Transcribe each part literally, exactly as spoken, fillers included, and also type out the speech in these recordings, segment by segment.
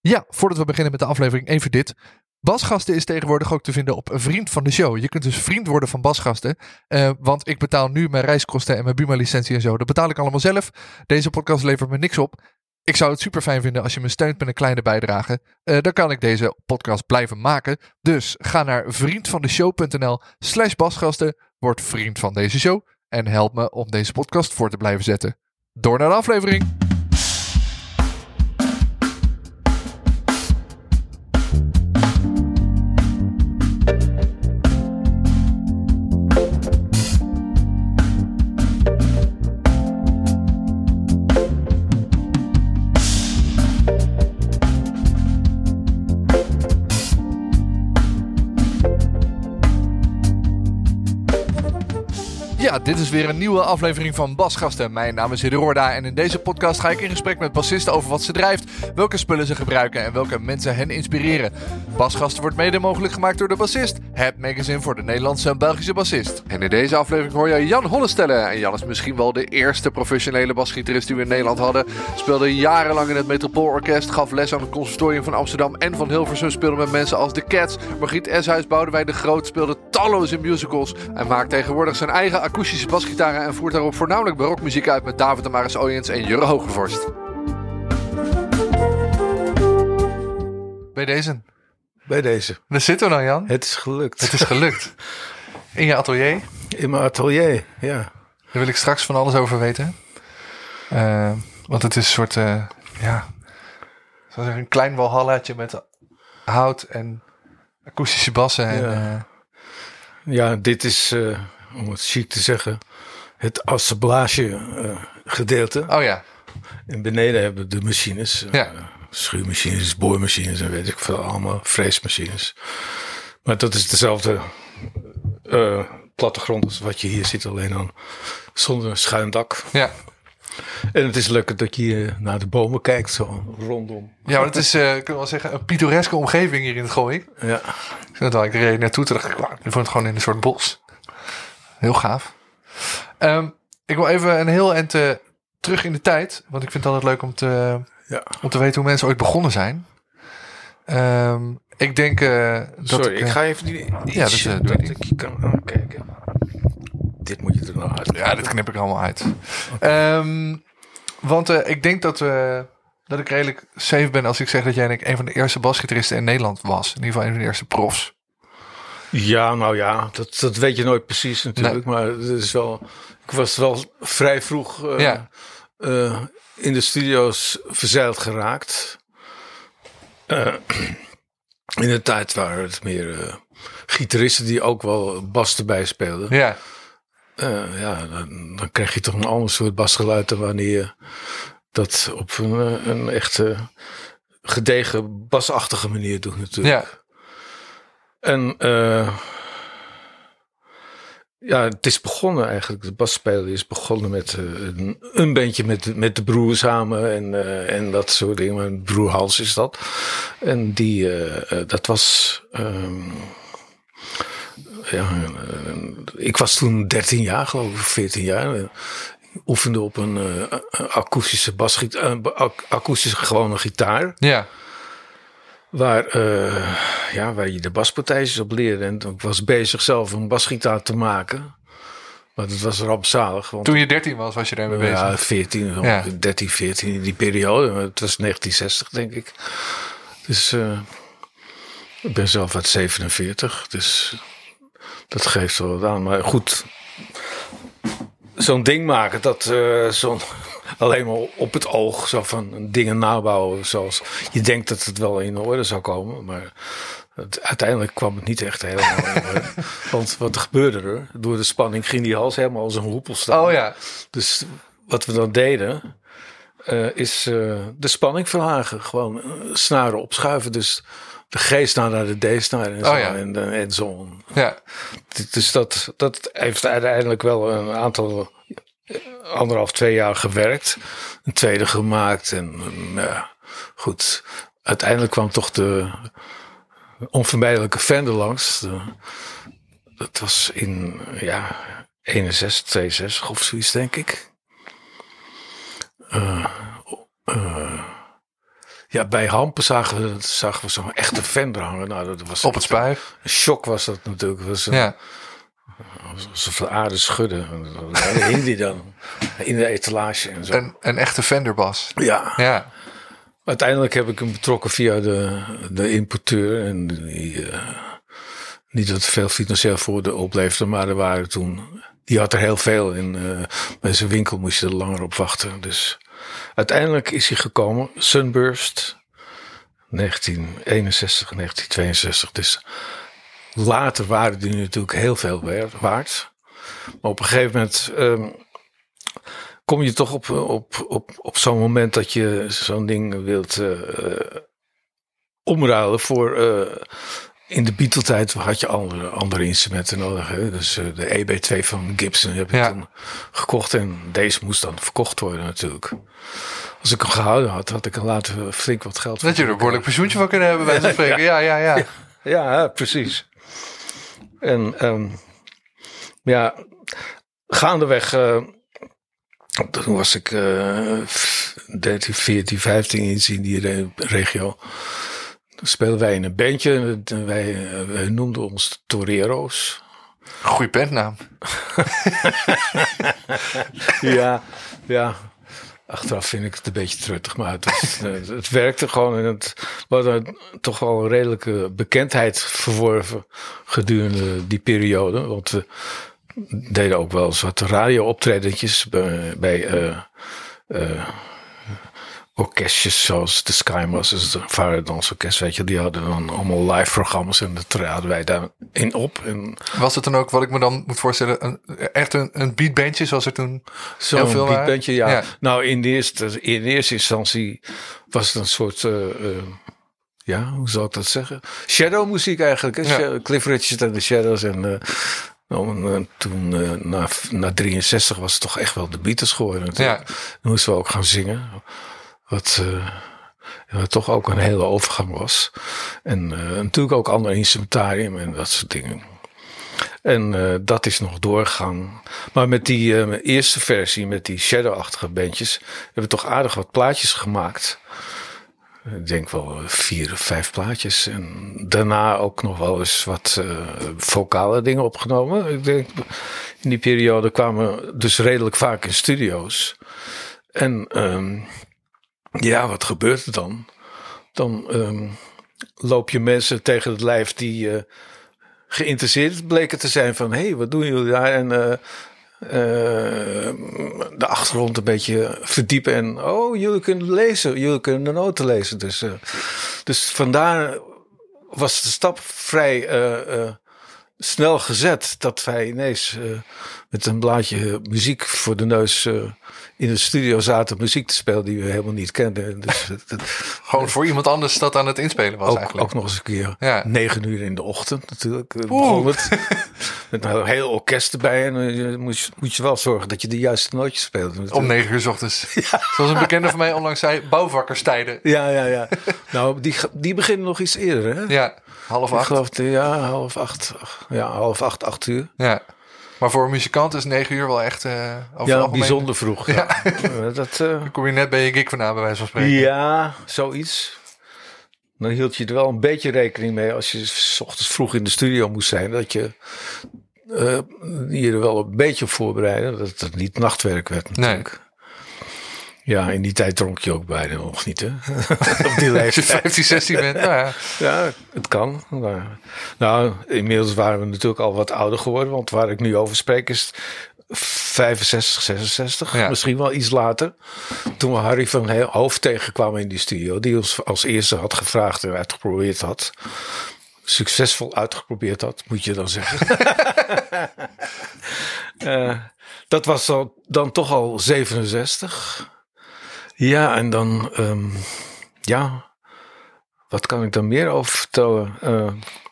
Ja, voordat we beginnen met de aflevering even dit. Basgasten is tegenwoordig ook te vinden op Vriend van de Show. Je kunt dus vriend worden van Basgasten. Uh, want ik betaal nu mijn reiskosten en mijn Buma-licentie en zo. Dat betaal ik allemaal zelf. Deze podcast levert me niks op. Ik zou het super fijn vinden als je me steunt met een kleine bijdrage. Uh, dan kan ik deze podcast blijven maken. Dus ga naar vriendvandeshow.nl slash basgasten. Word vriend van deze show. En help me om deze podcast voor te blijven zetten. Door naar de aflevering. Ja, dit is weer een nieuwe aflevering van Basgasten. Mijn naam is Hidde Roorda en in deze podcast ga ik in gesprek met bassisten over wat ze drijft, welke spullen ze gebruiken en welke mensen hen inspireren. Basgasten wordt mede mogelijk gemaakt door De Bassist, het magazine voor de Nederlandse en Belgische bassist. En in deze aflevering hoor je Jan Hollestelle. En Jan is misschien wel de eerste professionele basgitarist die we in Nederland hadden. Speelde jarenlang in het Metropoolorkest, gaf les aan het Conservatorium van Amsterdam en van Hilversum, speelde met mensen als The Cats, Margriet Eshuis, Boudewijn de Groot, speelde talloze musicals en maakt tegenwoordig zijn eigen akoestische basgitaren en voert daarop voornamelijk barokmuziek uit met David en Maris Oyens en Jurre Hogevorst. Bij deze. Bij deze. Daar zitten we dan, Jan. Het is gelukt. Het is gelukt. In je atelier. In mijn atelier, ja. Daar wil ik straks van alles over weten. Uh, want het is een soort, uh, ja, zou zeggen, een klein walhallaatje met hout en akoestische bassen. En, ja. Uh, ja, dit is, uh, om het chic te zeggen, het assemblage uh, gedeelte. Oh ja. En beneden hebben we de machines. Uh, ja. Schuurmachines, boormachines en weet ik veel, allemaal freesmachines. Maar dat is dezelfde uh, plattegrond als wat je hier ziet, alleen dan zonder een schuin dak. Ja. En het is leuk dat je hier naar de bomen kijkt, zo rondom. Ja, maar het is, uh, kunnen we wel zeggen, een pittoreske omgeving hier in het Gooi. Ja. Ik vind het wel, ik reed naartoe, toen dacht ik, wow, ik vond het gewoon in een soort bos. Heel gaaf. Um, ik wil even een heel eind uh, terug in de tijd, want ik vind het altijd leuk om te, ja. om te weten hoe mensen ooit begonnen zijn. Um, ik denk uh, dat Sorry, ik... ik uh, ga even die... die ja, dus, uh, dat ik je kan oh, kijken. Dit moet je er nou uit. Ja, dit knip ik er allemaal uit. Okay. Um, want uh, ik denk dat, uh, dat ik redelijk safe ben als ik zeg dat jij en ik een van de eerste basgitaristen in Nederland was. In ieder geval een van de eerste profs. Ja, nou ja, dat, dat weet je nooit precies natuurlijk. Nee. Maar het is wel, ik was wel vrij vroeg uh, ja. uh, in de studio's verzeild geraakt. Uh, in een tijd waren het meer uh, gitaristen die ook wel bas erbij speelden. Ja. Uh, ja, dan, dan krijg je toch een ander soort basgeluid dan wanneer je dat op een, een echte gedegen basachtige manier doet natuurlijk. Ja. En uh, ja, het is begonnen eigenlijk. De basspelen is begonnen met uh, een, een bandje met, met de broer samen en, uh, en dat soort dingen. Mijn broer Hans is dat. En die, uh, uh, dat was... Um, ja, uh, ik was toen dertien jaar, geloof ik, veertien jaar. Ik oefende op een uh, akoestische basgitaar, uh, akoestische gewone gitaar. Ja. Waar, uh, ja, waar je de baspartijtjes op leerde. En ik was bezig zelf een basgitaar te maken. Maar dat was rampzalig. Want toen je dertien was, was je daarmee bezig? Ja, veertien, ja. dertien, veertien in die periode. Het was negentien zestig, denk ik. Dus uh, ik ben zelf uit zevenenveertig. Dus dat geeft wel wat aan. Maar goed, zo'n ding maken, dat uh, zo'n... alleen maar op het oog, zo van dingen nabouwen zoals je denkt dat het wel in orde zou komen. Maar het, uiteindelijk kwam het niet echt helemaal in orde. Want wat gebeurde er? Door de spanning ging die hals helemaal als een hoepel staan. Oh ja. Dus wat we dan deden, uh, is uh, de spanning verlagen. Gewoon uh, snaren opschuiven. Dus de G-snaar naar de D-snaar en zo. Oh ja. En, uh, en zo. Ja. Dus dat, dat heeft uiteindelijk wel een aantal... anderhalf, twee jaar gewerkt. Een tweede gemaakt. En uh, goed, uiteindelijk kwam toch de onvermijdelijke Fender langs. De, dat was in ja, eenenzestig, tweeënzestig of zoiets, denk ik. Uh, uh, Ja, bij Hampen zagen we, zagen we zo'n echte Fender hangen. Nou, dat was Op het spui. Een shock was dat natuurlijk. Het was een, Ja. alsof de aarde schudde. Daar hing die dan in de etalage en zo. Een, een echte Fenderbas. Ja. Ja. Uiteindelijk heb ik hem betrokken via de, de importeur. En die, uh, niet dat het veel financieel voordeel opleverde, maar er waren toen... Die had er heel veel in. Uh, bij zijn winkel moest je er langer op wachten. Dus uiteindelijk is hij gekomen. Sunburst. negentien eenenzestig, negentien tweeënzestig. Dus later waren die natuurlijk heel veel waard. Maar op een gegeven moment um, kom je toch op, op, op, op zo'n moment dat je zo'n ding wilt uh, omruilen voor... Uh, in de Beatle-tijd had je andere, andere instrumenten nodig. Hè? Dus uh, de E B twee van Gibson heb ik ja. toen gekocht. En deze moest dan verkocht worden natuurlijk. Als ik hem gehouden had, had ik er later flink wat geld voor. Dat je er een behoorlijk pensioentje van kunnen hebben bij zo'n spreken. Ja, ja, ja. Ja, ja, ja precies. En um, ja, gaandeweg... Uh, toen was ik uh, dertien, veertien, vijftien iets in die re- regio... Speelden wij in een bandje. Wij, wij noemden ons Torero's. Goeie bandnaam. ja, ja. Achteraf vind ik het een beetje truttig. Maar het, was, het werkte gewoon. En het, we hadden toch wel een redelijke bekendheid verworven gedurende die periode. Want we deden ook wel eens wat radio-optredentjes bij... bij uh, uh, orkestjes zoals de Sky Masters, het Varendansorkest, weet je, die hadden dan allemaal live programma's en dat traden wij daarin op. En was het dan ook, wat ik me dan moet voorstellen, een, echt een, een beatbandje zoals er toen zo'n heel veel beatbandje, ja. ja. Nou, in de eerste, in de eerste instantie was het een soort, uh, uh, ja, hoe zou ik dat zeggen? Shadow muziek eigenlijk, hè? Ja. Cliff Richard en de Shadows en uh, nou, uh, toen uh, na, na drieënzestig was het toch echt wel de Beatles geworden. Ja. Dan moesten we ook gaan zingen. Wat, uh, wat toch ook een hele overgang was. En uh, natuurlijk ook ander instrumentarium en dat soort dingen. En uh, dat is nog doorgegaan. Maar met die uh, eerste versie, met die shadow-achtige bandjes, hebben we toch aardig wat plaatjes gemaakt. Ik denk wel vier of vijf plaatjes. En daarna ook nog wel eens wat uh, vocale dingen opgenomen. Ik denk, in die periode kwamen we dus redelijk vaak in studio's. En... Um, ja, wat gebeurt er dan? Dan um, loop je mensen tegen het lijf die uh, geïnteresseerd bleken te zijn van... hé, hey, wat doen jullie daar? En uh, uh, de achtergrond een beetje verdiepen. En oh, jullie kunnen lezen. Jullie kunnen de noten lezen. Dus, uh, dus vandaar was de stap vrij uh, uh, snel gezet... dat wij ineens uh, met een blaadje muziek voor de neus... Uh, in de studio zaten muziek te spelen die we helemaal niet kenden. Dus het, het, Gewoon voor iemand anders dat aan het inspelen was ook, eigenlijk. Ook nog eens een keer. Ja. Negen uur in de ochtend natuurlijk. Begon het. Met een heel orkest erbij. En dan moet je, moet je wel zorgen dat je de juiste nootjes speelt. Natuurlijk. Om negen uur 's ochtends. Ja. Zoals een bekende van mij onlangs zei, bouwvakkerstijden. Ja, ja, ja. Nou, die, die beginnen nog iets eerder, hè? Ja, half acht. Ik geloof, ja, half acht. Ja, half acht, acht uur. Ja. Maar voor een muzikant is negen uur wel echt... Uh, over ja, bijzonder vroeg. Ja. Ja. dat, uh... Dan kom je net bij je gig vandaan, bij wijze van spreken. Ja, zoiets. Dan hield je er wel een beetje rekening mee... als je 's ochtends vroeg in de studio moest zijn... dat je uh, je er wel een beetje op voorbereidde... dat het niet nachtwerk werd natuurlijk. Nee. Ja, in die tijd dronk je ook bijna nog niet, hè? Op die leeftijd. Als je vijftien, zestien bent, nou ja. Ja, het kan. Maar, nou, inmiddels waren we natuurlijk al wat ouder geworden. Want waar ik nu over spreek is vijfenzestig, zesenzestig. Ja. Misschien wel iets later. Toen we Harry van Hoofd tegenkwamen in die studio. Die ons als eerste had gevraagd en uitgeprobeerd had. Succesvol uitgeprobeerd had, moet je dan zeggen. uh, dat was dan, dan toch al zevenenzestig. Ja, en dan, um, ja, wat kan ik daar meer over vertellen? Uh,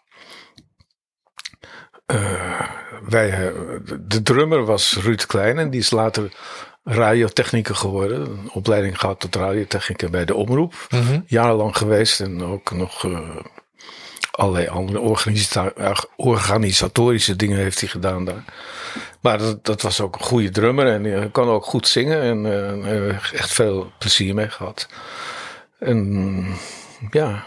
uh, wij, uh, de drummer was Ruud Klein en die is later radiotechnieker geworden. Een opleiding gehad tot radiotechnieker bij de Omroep. Mm-hmm. Jarenlang geweest en ook nog uh, allerlei andere organisa- organisatorische dingen heeft hij gedaan daar. Maar dat, dat was ook een goede drummer en hij kon ook goed zingen en uh, echt veel plezier mee gehad. En ja.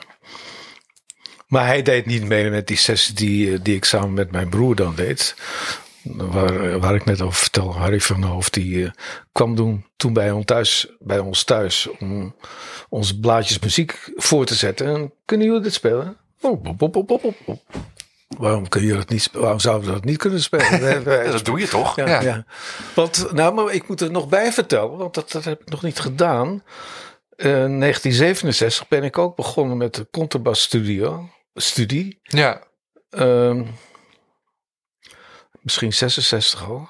Maar hij deed niet mee met die sessie die, die ik samen met mijn broer dan deed. Waar, waar ik net over vertel, Harry van Hoofd, die uh, kwam doen, toen bij ons, thuis, bij ons thuis om onze blaadjes muziek voor te zetten. En kunnen jullie dit spelen? Oh, op, op, op, op, op. Waarom kun je dat niet? Waarom zouden we dat niet kunnen spelen? Ja, dat doe je toch? Ja, ja. ja. Want, nou, maar ik moet er nog bij vertellen, want dat, dat heb ik nog niet gedaan. Uh, in negentien zevenenzestig ben ik ook begonnen met de contrabas studio, studie. Ja. Um, misschien zesenzestig al.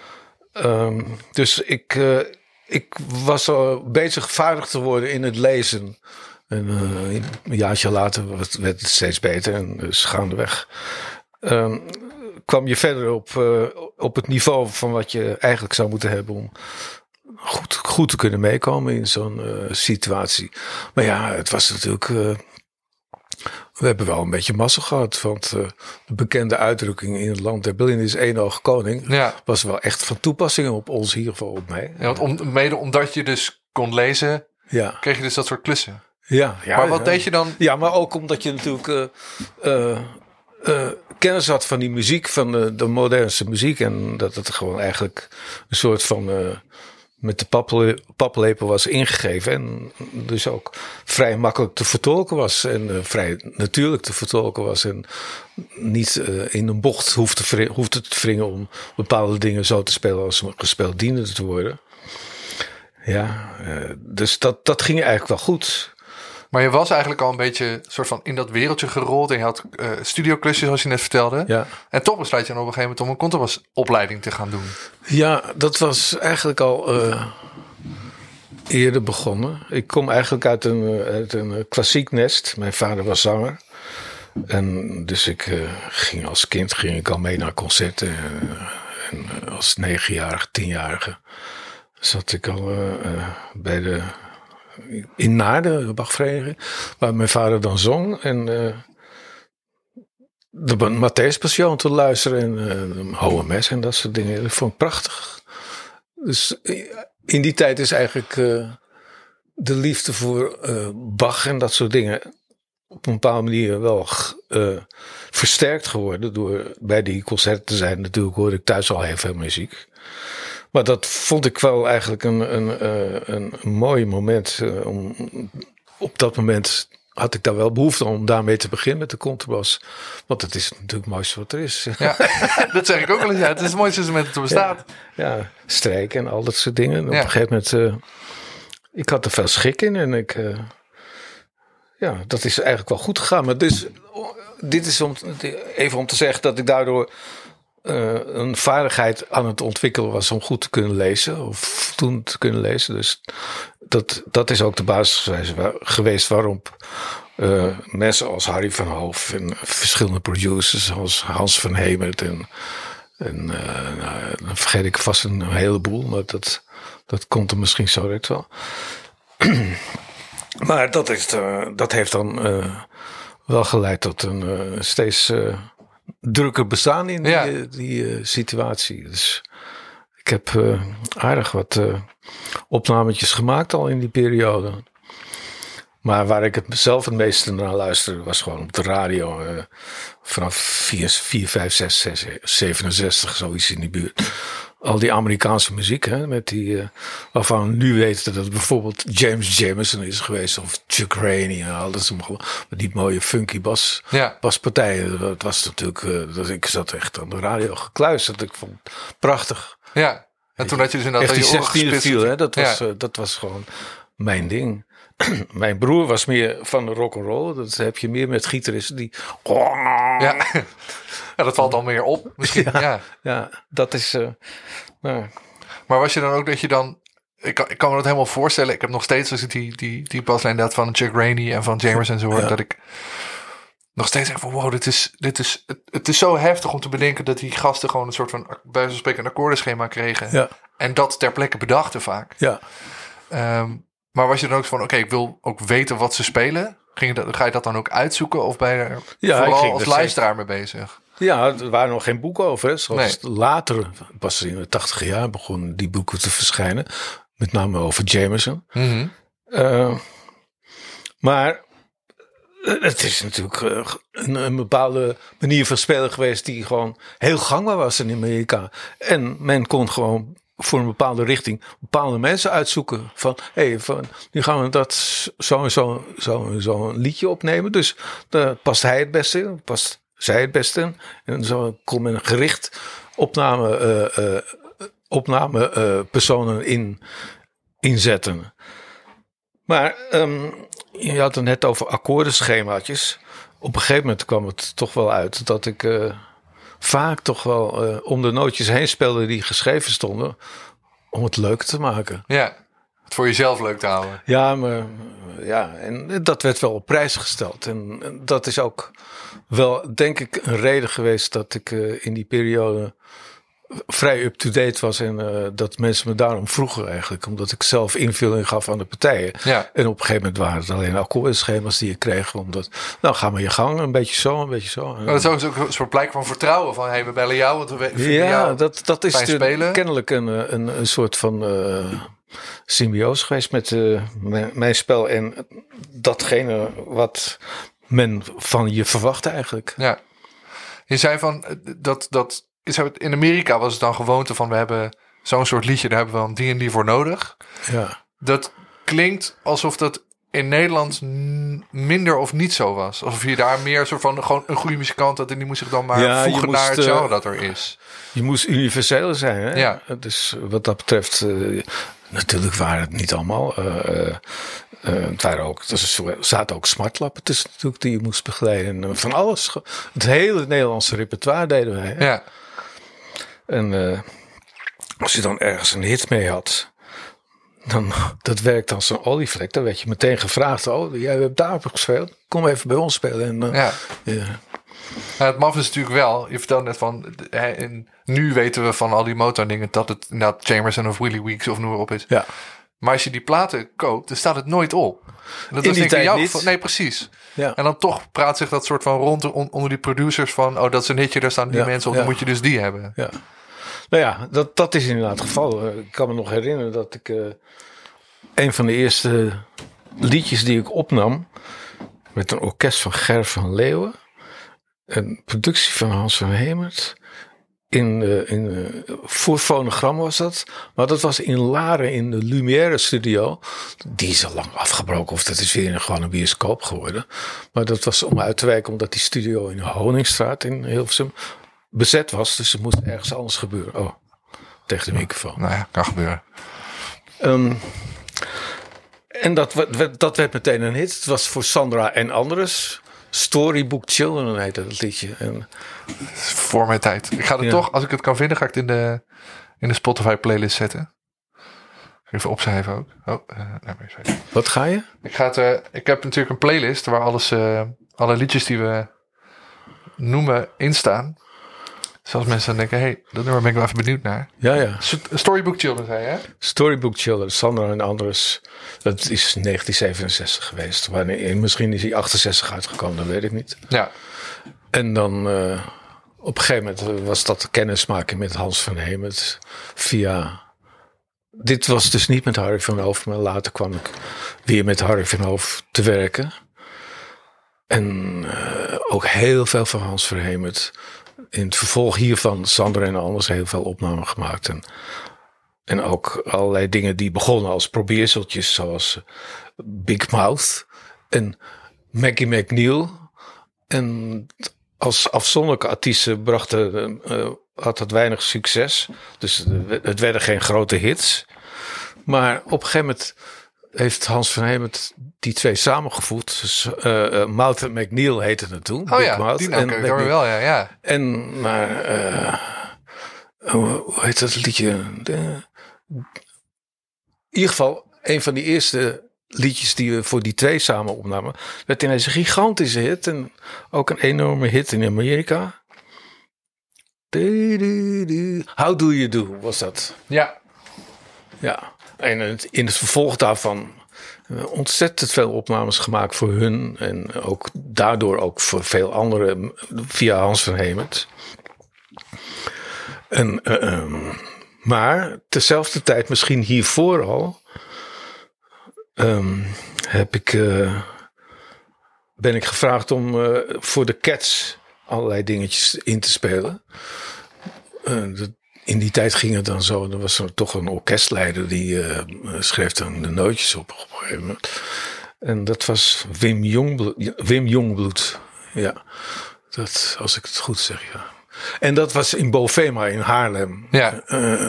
Um, dus ik, uh, ik was al bezig vaardig te worden in het lezen. En uh, een jaartje later werd het steeds beter. En dus gaandeweg um, kwam je verder op, uh, op het niveau van wat je eigenlijk zou moeten hebben om goed, goed te kunnen meekomen in zo'n uh, situatie. Maar ja, het was natuurlijk... Uh, we hebben wel een beetje massa gehad. Want uh, de bekende uitdrukking in het land der billen is één oog koning. Ja. Was wel echt van toepassing op ons, in ieder geval op mij. Ja, want om, mede omdat je dus kon lezen, ja. kreeg je dus dat soort klussen. Ja, ja, maar wat ja. deed je dan? Ja, maar ook omdat je natuurlijk uh, uh, uh, kennis had van die muziek, van de, de modernste muziek. En dat het gewoon eigenlijk een soort van uh, met de pappele, paplepel was ingegeven. En dus ook vrij makkelijk te vertolken was. En uh, vrij natuurlijk te vertolken was. En niet uh, in een bocht hoefde te, hoefde te wringen om bepaalde dingen zo te spelen als ze gespeeld dienden te worden. Ja, uh, dus dat, dat ging eigenlijk wel goed. Maar je was eigenlijk al een beetje soort van in dat wereldje gerold. En je had uh, studioklusjes, zoals je net vertelde. Ja. En toch besluit je dan op een gegeven moment om een contrabasopleiding te gaan doen. Ja, dat was eigenlijk al uh, eerder begonnen. Ik kom eigenlijk uit een, uit een klassiek nest. Mijn vader was zanger. En dus ik uh, ging als kind ging ik al mee naar concerten. Uh, en uh, als negenjarige, tienjarige zat ik al uh, uh, bij de... in Naarden, de Bachvereniging, waar mijn vader dan zong. En uh, de Matthäus Passion te luisteren en uh, H M S en dat soort dingen. Dat vond ik prachtig. Dus in die tijd is eigenlijk uh, de liefde voor uh, Bach en dat soort dingen op een bepaalde manier wel uh, versterkt geworden. Door bij die concerten te zijn. Natuurlijk hoorde ik thuis al heel veel muziek. Maar dat vond ik wel eigenlijk een, een, een, een mooi moment. Om, op dat moment had ik daar wel behoefte om daarmee te beginnen met de contrabas. Want het is natuurlijk het mooiste wat er is. Ja, dat zeg ik ook wel eens. Ja, het is het mooiste instrument dat er bestaat. Ja, ja, strijken en al dat soort dingen. En op ja. een gegeven moment, uh, ik had er veel schik in. En ik, uh, ja, dat is eigenlijk wel goed gegaan. Maar dus, dit is om, even om te zeggen dat ik daardoor... Uh, een vaardigheid aan het ontwikkelen was om goed te kunnen lezen. Of toen te kunnen lezen. Dus dat, dat is ook de basis geweest waarop uh, mensen als Harry van Hoof en verschillende producers als Hans van Hemert en, en uh, nou, dan vergeet ik vast een heleboel, maar dat, dat komt er misschien zo direct wel. Maar dat, is, uh, dat heeft dan uh, wel geleid tot een uh, steeds... Uh, drukker bestaan in die, ja. die, die uh, situatie. Dus ik heb uh, aardig wat uh, opnametjes gemaakt al in die periode. Maar waar ik het zelf het meeste naar luisterde was gewoon op de radio. Uh, vanaf vier, vijf, zes, zes, zevenenzestig, zoiets in die buurt. Al die Amerikaanse muziek, hè, met die, uh, waarvan we nu weten dat het bijvoorbeeld James Jamerson is geweest, of Chuck Rainey en al dat soort, met die mooie funky bas, ja. baspartijen. Dat was natuurlijk, uh, dat ik zat echt aan de radio gekluisterd. Ik vond het prachtig. Ja, en toen had je dus inderdaad echt die zestiende viel, hè, dat was, ja. uh, dat was gewoon mijn ding. Mijn broer was meer van de rock'n'roll. Dat heb je meer met gitaristen die... Ja. Ja, dat valt al meer op misschien. Ja, ja. ja dat is... Uh, nou. Maar was je dan ook dat je dan... Ik kan, ik kan me dat helemaal voorstellen. Ik heb nog steeds als ik die, die, die baslijn dat van Chuck Rainey en van James en zo hoor, ja. dat ik nog steeds denk van wow, dit is, dit is, het, het is zo heftig om te bedenken dat die gasten gewoon een soort van, bij wijze van spreken, een akkoordenschema kregen. Ja. En dat ter plekke bedachten vaak. Ja. Um, maar was je dan ook van, oké, okay, ik wil ook weten wat ze spelen? Ging je dat, ga je dat dan ook uitzoeken? Of ben je er ja, vooral als luisteraar mee bezig? Ja, er waren nog geen boeken over. Hè. Zoals nee. Later, pas in de tachtig jaar, begonnen die boeken te verschijnen. Met name over Jamerson. Mm-hmm. Uh, Maar het is natuurlijk uh, een, een bepaalde manier van spelen geweest die gewoon heel gangbaar was in Amerika. En men kon gewoon voor een bepaalde richting bepaalde mensen uitzoeken. Van, hé, hey, van, nu gaan we dat zo en zo, zo en zo een liedje opnemen. Dus daar past hij het beste in, past zij het beste in. En zo kon men een gericht opname, uh, uh, opname uh, personen in, inzetten. Maar um, je had het net over akkoordenschemaatjes. Op een gegeven moment kwam het toch wel uit dat ik uh, vaak toch wel uh, om de nootjes heen speelde die geschreven stonden. Om het leuk te maken. Ja, het voor jezelf leuk te houden. Ja, maar ja, en dat werd wel op prijs gesteld. En, en dat is ook wel, denk ik, een reden geweest dat ik uh, in die periode vrij up-to-date was en uh, dat mensen me daarom vroegen eigenlijk. Omdat ik zelf invulling gaf aan de partijen. Ja. En op een gegeven moment waren het alleen akkoordschema's die je kreeg. Omdat, nou ga maar je gang, een beetje zo, een beetje zo. Maar dat is ook een soort blijk van vertrouwen. Van, hey, we bellen jou, want we vinden ja, jou dat, dat is de, kennelijk een, een, een soort van uh, symbiose geweest met uh, mijn, mijn spel. En datgene wat men van je verwacht eigenlijk. Ja. Je zei van, dat... dat in Amerika was het dan gewoonte van we hebben zo'n soort liedje, daar hebben we dan die en die voor nodig. Ja. Dat klinkt alsof dat in Nederland minder of niet zo was. Alsof je daar meer soort van gewoon een goede muzikant had en die moest zich dan maar ja, voegen moest, naar het genre uh, dat er is. Je moest universeel zijn. Hè? Ja. Dus wat dat betreft, uh, natuurlijk waren het niet allemaal. Uh, uh, het waren ook, er zaten ook smartlappen tussen natuurlijk die je moest begeleiden. Van alles. Het hele Nederlandse repertoire deden wij. Hè? Ja. En uh, als je dan ergens een hit mee had, dan dat werkt als een olievlek. Dan werd je meteen gevraagd, oh, jij hebt daarop gespeeld. Kom even bij ons spelen. En, uh, ja. Yeah. Ja, het maf is natuurlijk wel, je vertelde net van, en nu weten we van al die Motown dingen dat het inderdaad Jamerson of Willie Weeks of noem maar op is. Ja. Maar als je die platen koopt, dan staat het nooit op. En dat in was die tijd jou niet. Geval, nee, precies. Ja. En dan toch praat zich dat soort van rond onder die producers van, oh, dat is een hitje, daar staan die ja, mensen op, ja. Dan moet je dus die hebben. Ja. Nou ja, dat, dat is inderdaad het geval. Ik kan me nog herinneren dat ik uh, een van de eerste liedjes die ik opnam met een orkest van Ger van Leeuwen, een productie van Hans van Hemert. In, uh, in uh, voor fonogram was dat. Maar dat was in Laren in de Lumière studio. Die is al lang afgebroken. Of dat is weer een, gewoon een bioscoop geworden. Maar dat was om uit te wijken. Omdat die studio in de Honingstraat in Hilversum bezet was. Dus er moest ergens anders gebeuren. Oh, tegen de microfoon. Nou ja, kan gebeuren. Um, en dat, dat werd meteen een hit. Het was voor Sandra en Andres. Storybook Children heette dat liedje. En voor mijn tijd. Ik ga er ja. toch, als ik het kan vinden, ga ik het in de, in de Spotify playlist zetten. Even opschrijven ook. Oh, uh, nee, maar even. Wat ga je? Ik, ga het, uh, ik heb natuurlijk een playlist waar alles, uh, alle liedjes die we noemen in staan. Dus als mensen dan denken, hé, hey, dat nummer ben ik wel even benieuwd naar. Ja, ja. Storybook Children, zei je, hè? Storybook Children, Sandra en Andres. Dat is negentien zevenenzestig geweest. Wanneer, misschien is hij achtenzestig uitgekomen, dat weet ik niet. Ja. En dan uh, op een gegeven moment was dat kennismaking met Hans van Hemert. Via... Dit was dus niet met Harry van Hoof, maar later kwam ik weer met Harry van Hoof te werken. En uh, ook heel veel van Hans van Hemert. In het vervolg hiervan, Sandra en Anders, heel veel opnamen gemaakt. En, en ook allerlei dingen die begonnen als probeerseltjes, zoals Big Mouth en Maggie McNeil. En als afzonderlijke artiesten brachten, uh, had het weinig succes. Dus het werden geen grote hits. Maar op een gegeven moment heeft Hans van Hemert die twee samengevoegd. Dus, uh, uh, Mouth en McNeil heette het toen. Oh Big ja, Mouth die naam ken ik wel, ja, ja. En, maar, uh, hoe, hoe heet dat liedje? De, in ieder geval, een van die eerste liedjes die we voor die twee samen opnamen, werd ineens een gigantische hit. En ook een enorme hit in Amerika. How Do You Do was dat. Ja. Ja. En in het vervolg daarvan ontzettend veel opnames gemaakt voor hun. En ook daardoor ook voor veel anderen via Hans van Hemert. En, uh, um, maar tezelfde tijd, misschien hiervoor al, um, heb ik uh, ben ik gevraagd om uh, voor de Cats allerlei dingetjes in te spelen. Uh, dat, in die tijd ging het dan zo. Er was er toch een orkestleider die uh, schreef dan de nootjes op, op een gegeven moment. En dat was Wim Jongbloed. Wim Jongbloed, ja. Dat, als ik het goed zeg, ja. En dat was in Bovema in Haarlem. Ja. Uh,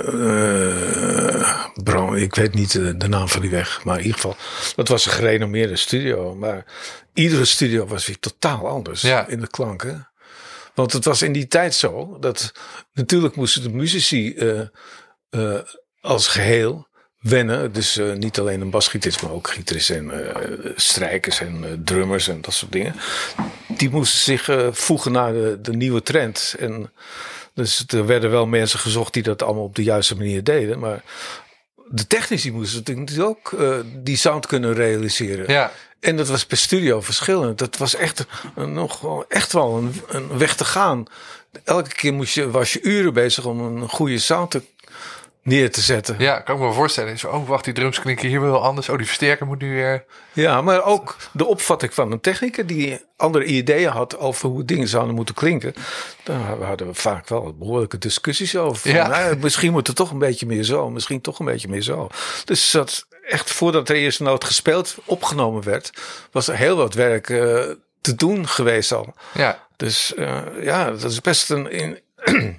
uh, Bram, ik weet niet de, de naam van die weg. Maar in ieder geval, dat was een gerenommeerde studio. Maar iedere studio was weer totaal anders ja. in de klanken. Want het was in die tijd zo dat natuurlijk moesten de muzici uh, uh, als geheel wennen. Dus uh, niet alleen een basgitarist, maar ook gitaristen en uh, strijkers en uh, drummers en dat soort dingen. Die moesten zich uh, voegen naar de, de nieuwe trend. En dus er werden wel mensen gezocht die dat allemaal op de juiste manier deden. Maar de technici moesten natuurlijk ook uh, die sound kunnen realiseren. Ja. En dat was per studio verschillend. Dat was echt, een, nog, echt wel een, een weg te gaan. Elke keer moest je, was je uren bezig om een goede sound te, neer te zetten. Ja, kan ik me wel voorstellen. Zo, oh, wacht, die drums klinken hier wel anders. Oh, die versterker moet nu weer... Ja, maar ook de opvatting van een technicus die andere ideeën had over hoe dingen zouden moeten klinken. Daar hadden we vaak wel behoorlijke discussies over. Van, Ja. nou, misschien moet het toch een beetje meer zo. Misschien toch een beetje meer zo. Dus dat echt voordat de eerste noot gespeeld, opgenomen werd, was er heel wat werk uh, te doen geweest al. Ja. Dus uh, ja, dat is best een... een,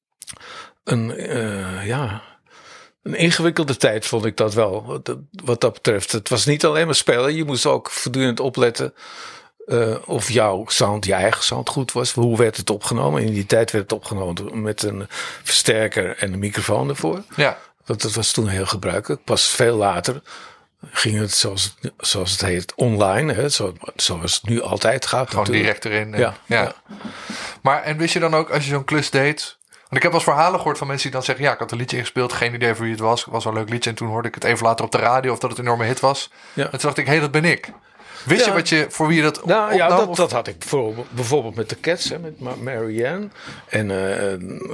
een uh, ja... Een ingewikkelde tijd vond ik dat wel, wat dat betreft. Het was niet alleen maar spelen. Je moest ook voortdurend opletten uh, of jouw sound, je eigen sound goed was. Hoe werd het opgenomen? In die tijd werd het opgenomen met een versterker en een microfoon ervoor. Ja. Dat, dat was toen heel gebruikelijk. Pas veel later ging het zoals, zoals het heet online. Hè? Zo, zoals het nu altijd gaat. Gewoon natuurlijk. direct erin. En, Ja, ja. ja. Maar en wist je dan ook, als je zo'n klus deed... Want ik heb wel eens verhalen gehoord van mensen die dan zeggen... ja, ik had een liedje ingespeeld, geen idee voor wie het was. Het was wel een leuk liedje en toen hoorde ik het even later op de radio... of dat het een enorme hit was. Ja. En toen dacht ik, hé, hey, dat ben ik. Wist Ja. je wat je voor wie je dat Nou opnam, ja, dat, of- dat had ik voor, bijvoorbeeld met de Cats, hè, met Ma- Marianne en uh,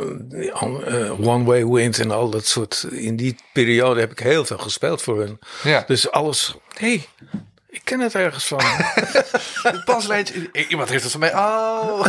uh, One Way Wind en al dat soort. In die periode heb ik heel veel gespeeld voor hen. Ja. Dus alles, hé, hey, ik ken het ergens van. Het paslijntje. Iemand heeft het van mij. Oh.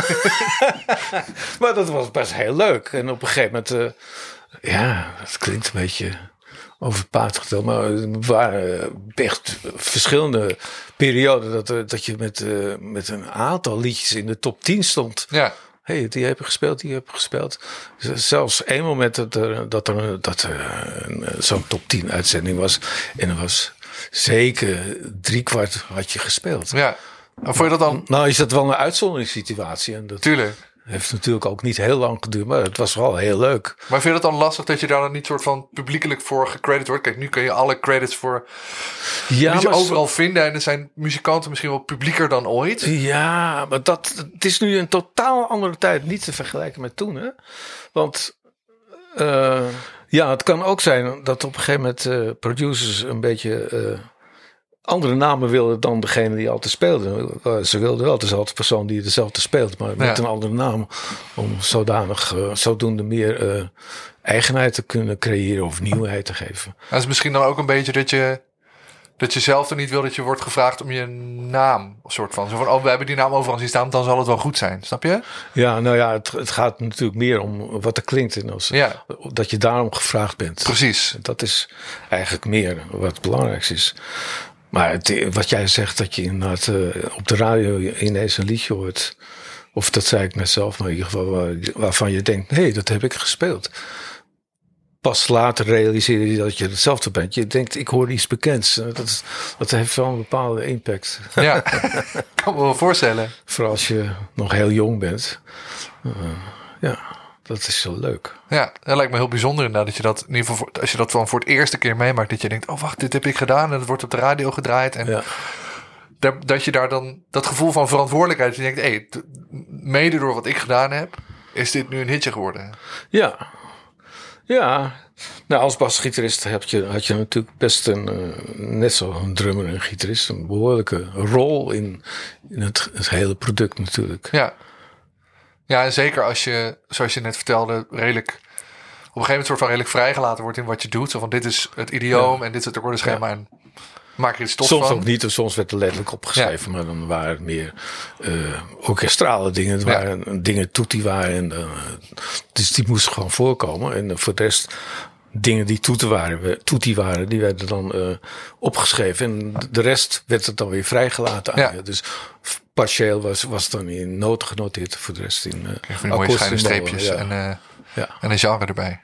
Maar dat was best heel leuk. En op een gegeven moment, uh, ja, dat klinkt een beetje over het paard geteld, maar er waren echt verschillende perioden dat, er, dat je met, uh, met een aantal liedjes in de top tien stond. Ja. Hé, hey, die heb je gespeeld, die heb je gespeeld. Zelfs één moment dat er, dat er, dat er zo'n top tien uitzending was. En er was zeker driekwart had je gespeeld. Ja. En vond je dat dan... Nou is dat wel een uitzonderingssituatie. En dat Tuurlijk. heeft natuurlijk ook niet heel lang geduurd. Maar het was wel heel leuk. Maar vind je het dan lastig dat je daar dan niet soort van publiekelijk voor gecredit wordt? Kijk, nu kun je alle credits voor Ja, die ze maar overal vinden. En er zijn muzikanten misschien wel publieker dan ooit. Ja, maar dat, het is nu een totaal andere tijd. Niet te vergelijken met toen. Hè? Want uh, ja, het kan ook zijn dat op een gegeven moment uh, producers een beetje uh, andere namen wilden dan degene die altijd speelde. Uh, ze wilden wel dezelfde persoon die dezelfde speelt, maar met Ja. een andere naam. Om zodanig, uh, zodoende meer uh, eigenheid te kunnen creëren of nieuwheid te geven. Dat is misschien dan ook een beetje dat je... dat je zelf er niet wil dat je wordt gevraagd om je naam, soort van. Zo van, oh, we hebben die naam overal zien staan, dan zal het wel goed zijn. Snap je? Ja, nou ja, het, het gaat natuurlijk meer om wat er klinkt. En als, Ja. dat je daarom gevraagd bent. Precies. Dat is eigenlijk meer wat het belangrijkste is. Maar het, wat jij zegt, dat je inderdaad uh, op de radio ineens een liedje hoort. Of dat zei ik net zelf, maar in ieder geval waar, waarvan je denkt, hé, hey, dat heb ik gespeeld. Pas later realiseer je dat je hetzelfde bent. Je denkt, ik hoor iets bekends. Dat, is, dat heeft wel een bepaalde impact. Ja, kan me wel voorstellen. Vooral als je nog heel jong bent. Uh, ja, dat is zo leuk. Ja, dat lijkt me heel bijzonder inderdaad. Dat je dat, in ieder geval, voor, als je dat van voor het eerste keer meemaakt. Dat je denkt, oh wacht, dit heb ik gedaan. En het wordt op de radio gedraaid. En Ja. dat, dat je daar dan dat gevoel van verantwoordelijkheid. Dat je denkt, hé, hey, t- mede door wat ik gedaan heb, is dit nu een hitje geworden. Ja. Ja, nou als basgitarist heb je, had je natuurlijk best een, uh, net zoals een drummer en gitarist, een behoorlijke rol in, in het, het hele product natuurlijk. Ja. Ja, en zeker als je, zoals je net vertelde, redelijk op een gegeven moment soort van redelijk vrijgelaten wordt in wat je doet. Zo van, dit is het idioom Ja. en dit is het akkoordenschema. Ja. En Maak er iets tof soms van. ook niet, soms werd er letterlijk opgeschreven, ja. Maar dan waren het meer uh, orkestrale dingen. Het waren ja. dingen toetie waren. En, uh, dus die moesten gewoon voorkomen. En uh, voor de rest, dingen die toetie waren, toetie waren, die werden dan uh, opgeschreven. En de rest werd het dan weer vrijgelaten aan ja. je. Dus partieel was, was dan in noten genoteerd. Voor de rest in uh, van die mooie schuine streepjes ja. en, uh, ja. en een genre erbij.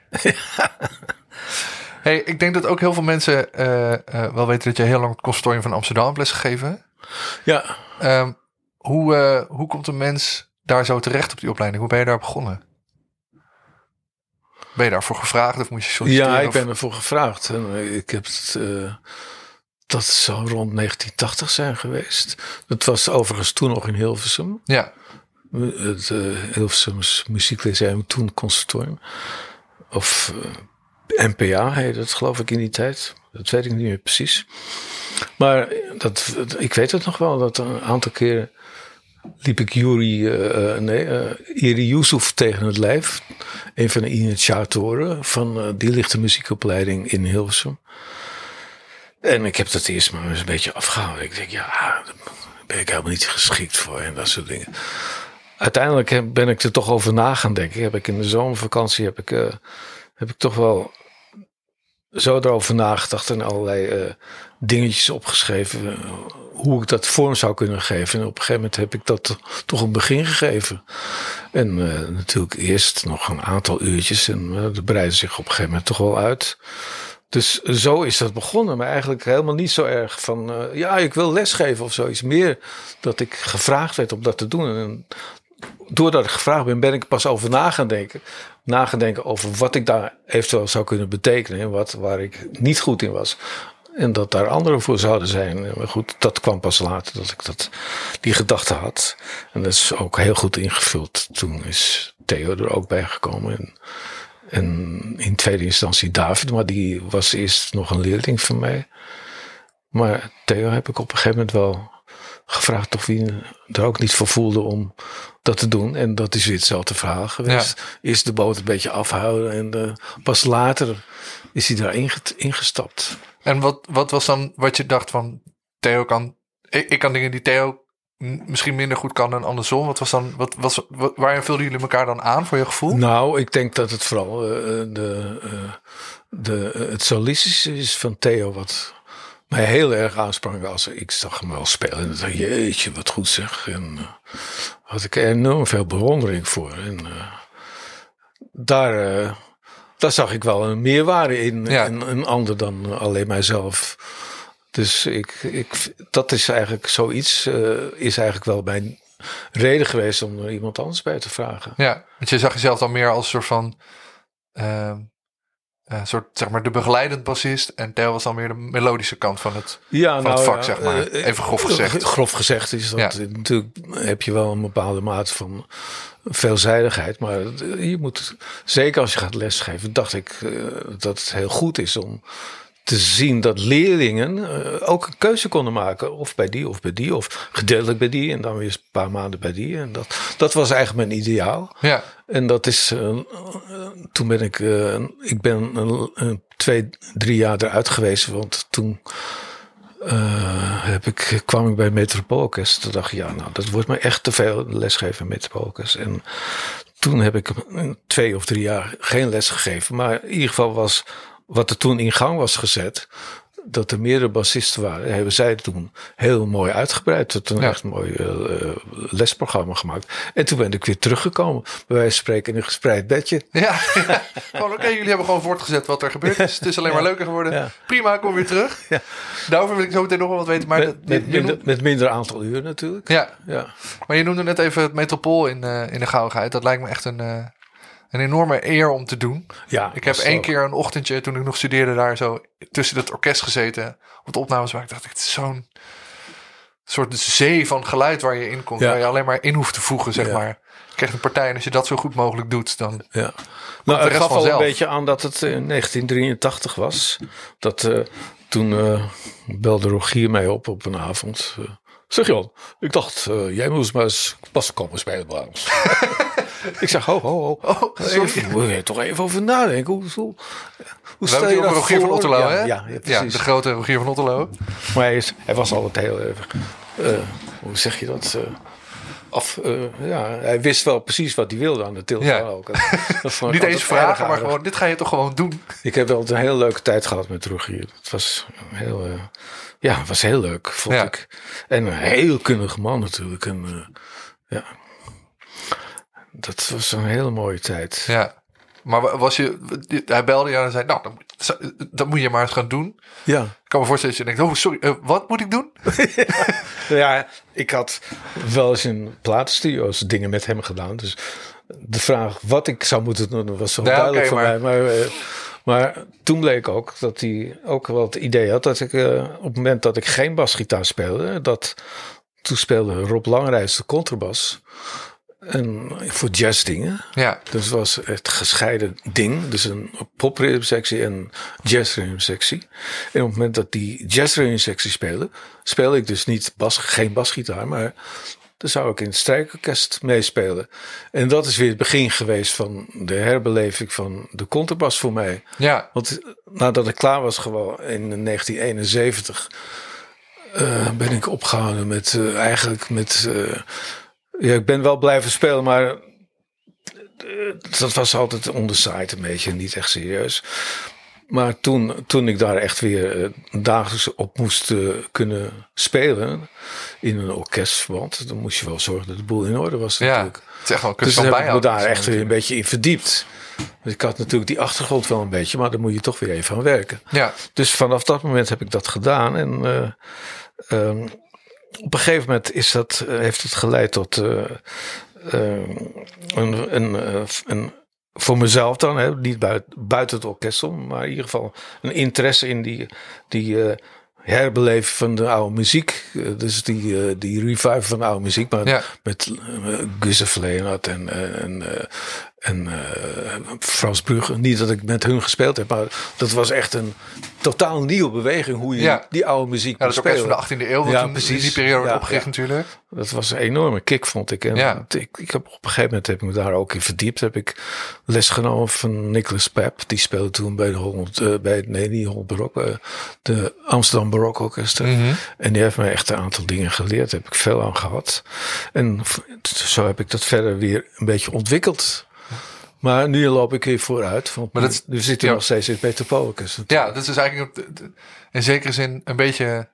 Hey, ik denk dat ook heel veel mensen uh, uh, wel weten dat je heel lang het conservatorium van Amsterdam hebt lesgegeven. Ja. Um, hoe, uh, hoe komt een mens daar zo terecht op die opleiding? Hoe ben je daar begonnen? Ben je daarvoor gevraagd of moest je solliciteren? Ja, ik of? ben ervoor gevraagd. En ik heb het, uh, dat zou rond negentien tachtig zijn geweest. Dat was overigens toen nog in Hilversum. Ja. Het uh, Hilversums Muzieklyceum, toen conservatorium. Of... Uh, N P A heette het, geloof ik, in die tijd. Dat weet ik niet meer precies. Maar dat, ik weet het nog wel, dat een aantal keren liep ik Yuri, uh, nee, uh, Iri Yusuf tegen het lijf. Een van de initiatoren van uh, die lichte muziekopleiding in Hilversum. En ik heb dat eerst maar eens een beetje afgehouden. Ik denk, ja, daar ben ik helemaal niet geschikt voor en dat soort dingen. Uiteindelijk ben ik er toch over na gaan denken. Heb ik in de zomervakantie heb ik... Uh, heb ik toch wel zo erover nagedacht en allerlei uh, dingetjes opgeschreven. Uh, hoe ik dat vorm zou kunnen geven. En op een gegeven moment heb ik dat toch een begin gegeven. En uh, natuurlijk eerst nog een aantal uurtjes. En uh, dat breidde zich op een gegeven moment toch wel uit. Dus zo is dat begonnen. Maar eigenlijk helemaal niet zo erg van... Uh, ja, ik wil lesgeven of zoiets. Meer dat ik gevraagd werd om dat te doen. En doordat ik gevraagd ben, ben ik pas over na gaan denken. Na gaan denken over wat ik daar eventueel zou kunnen betekenen. En wat, waar ik niet goed in was. En dat daar anderen voor zouden zijn. Maar goed, dat kwam pas later dat ik dat, die gedachte had. En dat is ook heel goed ingevuld. Toen is Theo er ook bij gekomen. En, en in tweede instantie David. Maar die was eerst nog een leerling van mij. Maar Theo heb ik op een gegeven moment wel... gevraagd of hij er ook niet voor voelde om dat te doen. En dat is weer hetzelfde verhaal geweest. Ja. Eerst de boot een beetje afhouden. En uh, pas later is hij daar inge- ingestapt. En wat, wat was dan wat je dacht van... Theo kan... Ik, ik kan dingen die Theo misschien minder goed kan dan andersom. Wat was dan... Wat, was, wat, waarin vulden jullie elkaar dan aan voor je gevoel? Nou, ik denk dat het vooral uh, de, uh, de, uh, het solistische is van Theo wat... mij heel erg aansprong als ik zag hem wel spelen. En dacht, jeetje, wat goed zeg. En uh, had ik enorm veel bewondering voor. En uh, daar, uh, daar zag ik wel een meerwaarde in. Ja. En een ander dan alleen mijzelf. Dus ik, ik, dat is eigenlijk zoiets, uh, is eigenlijk wel mijn reden geweest om er iemand anders bij te vragen. Ja, want je zag jezelf dan meer als een soort van... Uh... Een uh, soort, zeg maar, de begeleidend bassist. En Theo was dan meer de melodische kant van het, ja, van nou, het vak, ja, zeg maar. Even grof gezegd. Grof gezegd is dat... Ja. Natuurlijk heb je wel een bepaalde mate van veelzijdigheid. Maar je moet, zeker als je gaat lesgeven... dacht ik uh, dat het heel goed is om te zien dat leerlingen uh, ook een keuze konden maken. Of bij die of bij die. Of gedeeltelijk bij die. En dan weer een paar maanden bij die. En dat, dat was eigenlijk mijn ideaal. Ja. En dat is, uh, uh, toen ben ik, uh, ik ben een, een twee, drie jaar eruit geweest. Want toen uh, heb ik, kwam ik bij Metropoolorkest. Toen dacht ik, ja, nou, dat wordt me echt te veel lesgeven in Metropoolorkest. En toen heb ik twee of drie jaar geen les gegeven. Maar in ieder geval was wat er toen in gang was gezet... dat er meerdere bassisten waren, hebben zij toen heel mooi uitgebreid. Tot een ja. echt mooi uh, lesprogramma gemaakt. En toen ben ik weer teruggekomen. Bij wijze van spreken in een gespreid bedje. Ja, ja. Oké, okay, jullie hebben gewoon voortgezet wat er gebeurd is. Het is alleen maar leuker geworden. Ja. Prima, kom weer terug. Ja. Daarover wil ik zo meteen nog wel wat weten. Maar met, dat, met, je, minder, noemde... met minder aantal uren natuurlijk. Ja. ja, maar je noemde net even het Metropool in, uh, in de gauwigheid. Dat lijkt me echt een... Uh... Een enorme eer om te doen. Ja, ik heb één ook. keer een ochtendje, toen ik nog studeerde, daar zo tussen het orkest gezeten. Op de opnames waar ik dacht, het is zo'n soort zee van geluid waar je in komt. Ja. Waar je alleen maar in hoeft te voegen, zeg ja. maar. Je krijgt een partij en als je dat zo goed mogelijk doet, dan... Ja. Nou, ik gaf al een beetje aan dat het in negentien drieëntachtig was. Dat uh, toen uh, belde Rogier mij op op een avond... Uh, Zeg Jan, ik dacht, uh, jij moest maar eens passen komen spelen bij ons. Ik zeg, ho, ho, ho. Oh, sorry. Even, moet je toch even over nadenken. Hoe, hoe, hoe We stel hebben je het dat over Rogier voor? van Otterlo, ja, hè? Ja, ja, Ja, precies. de grote Rogier van Otterlo. Maar hij, is, hij was altijd heel erg... Uh, hoe zeg je dat? Uh, af, uh, ja, hij wist wel precies wat hij wilde aan de telefoon Ja. ook. Dat vond Niet ik eens altijd vragen, erg maar aardig. gewoon, dit ga je toch gewoon doen? Ik heb wel een hele leuke tijd gehad met Rogier. Het was heel... Uh, ja, het was heel leuk, vond Ja. ik. En een heel kundige man natuurlijk. En, uh, ja... Dat was een hele mooie tijd. Ja. Maar was je, hij belde je en zei, nou, dat, dat moet je maar eens gaan doen. Ja. Ik kan me voorstellen dat je denkt, oh sorry, uh, wat moet ik doen? Ja, ik had wel eens in platenstudio's dingen met hem gedaan. Dus de vraag wat ik zou moeten doen was wel Ja, duidelijk okay, voor maar... mij. Maar, uh, maar toen bleek ook dat hij ook wel het idee had dat ik uh, op het moment dat ik geen basgitaar speelde, dat toen speelde Rob Langrijs de contrabas. En voor jazzdingen. Ja. Dus het was het gescheiden ding. Dus een popritmesectie en een jazzritmesectie. En op het moment dat die jazzritmesectie speelde, speelde ik dus niet bas, geen basgitaar, maar dan zou ik in het strijkorkest meespelen. En dat is weer het begin geweest van de herbeleving van de contrabas voor mij. Ja. Want nadat ik klaar was gewoon in negentien eenenzeventig, uh, ben ik opgehouden met uh, eigenlijk met... Uh, Ja, ik ben wel blijven spelen, maar dat was altijd on the side een beetje, niet echt serieus. Maar toen, toen ik daar echt weer dagelijks op moest uh, kunnen spelen in een orkestverband, dan moest je wel zorgen dat de boel in orde was natuurlijk. Ja, het is echt wel een dus kwestie dan van heb ik me bijhouden. daar echt weer een beetje in verdiept. Dus ik had natuurlijk die achtergrond wel een beetje, maar daar moet je toch weer even aan werken. Ja. Dus vanaf dat moment heb ik dat gedaan en... Uh, um, op een gegeven moment is dat, uh, heeft het geleid tot uh, uh, een, een, uh, een, voor mezelf dan, hè, niet buiten, buiten het orkest om, maar in ieder geval een interesse in die, die uh, herbeleven van de oude muziek. Uh, dus die, uh, die revive van de oude muziek, maar Ja. met uh, Gusse Verleenert en, uh, en, uh, en uh, Frans Brugge. Niet dat ik met hun gespeeld heb, maar dat was echt een totaal nieuwe beweging hoe je Ja. die oude muziek Ja, dat is ook spelen. echt van de achttiende eeuw, wat Ja, toen precies. in die periode werd Ja, opgericht ja. natuurlijk. Dat was een enorme kick, vond ik. En Ja. ik, ik heb op een gegeven moment heb ik me daar ook in verdiept. Heb ik les genomen van Nicholas Pep. Die speelde toen bij de Holland, uh, bij nee, niet Holland Barok, uh, de Amsterdam Barok Orkester. Mm-hmm. En die heeft mij echt een aantal dingen geleerd. Daar heb ik veel aan gehad. En zo heb ik dat verder weer een beetje ontwikkeld. Maar nu loop ik weer vooruit. Want Maar dat is- nu, nu zit hij ja. nog steeds in Peter Polkes. Ja, dat is dus eigenlijk op de- de- in zekere zin een beetje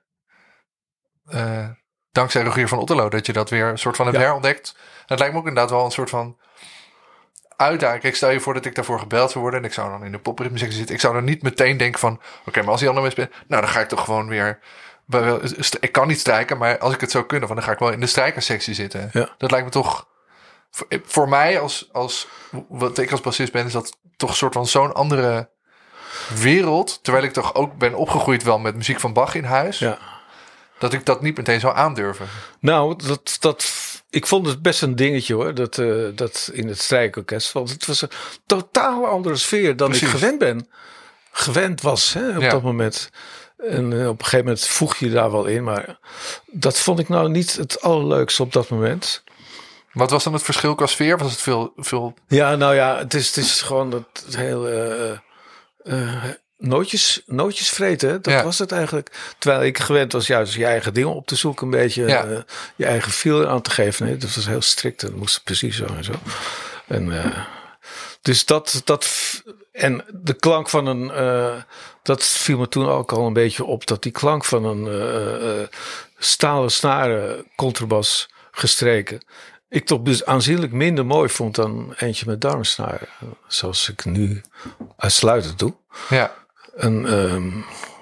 uh, dankzij Rogier van Otterlo dat je dat weer een soort van hebt Ja. herontdekt. En het lijkt me ook inderdaad wel een soort van uitdaging. Kijk, stel je voor dat ik daarvoor gebeld zou worden en ik zou dan in de popritmesectie zitten. Ik zou dan niet meteen denken van, oké, okay, maar als die andere mensen ben, nou dan ga ik toch gewoon weer. Ik kan niet strijken, maar als ik het zou kunnen, dan ga ik wel in de strijkersectie zitten. Ja. Dat lijkt me toch. Voor, voor mij, als, als wat ik als bassist ben, is dat toch een soort van zo'n andere wereld. Terwijl ik toch ook ben opgegroeid wel met muziek van Bach in huis. Ja. Dat ik dat niet meteen zou aandurven. Nou, dat, dat, ik vond het best een dingetje hoor, dat, uh, dat in het strijkorkest. Want het was een totaal andere sfeer dan Precies. ik gewend ben. Gewend was hè, op Ja. dat moment. En uh, op een gegeven moment voeg je daar wel in. Maar dat vond ik nou niet het allerleukste op dat moment. Wat was dan het verschil qua sfeer? Was het veel... veel... Ja, nou ja, het is, het is gewoon dat heel... Uh, uh, nootjes, nootjes vreten, hè? Dat Ja. was het eigenlijk. Terwijl ik gewend was juist je eigen dingen op te zoeken. Een beetje Ja. uh, je eigen feel aan te geven. Nee, dat was heel strikt. Dat moest precies zo en zo. En, uh, dus dat, dat... En de klank van een... Uh, dat viel me toen ook al een beetje op. Dat die klank van een uh, uh, stalen snaren contrabas gestreken... ik toch dus aanzienlijk minder mooi vond dan eentje met darmsnaren. Zoals ik nu uitsluitend doe. Ja. En um,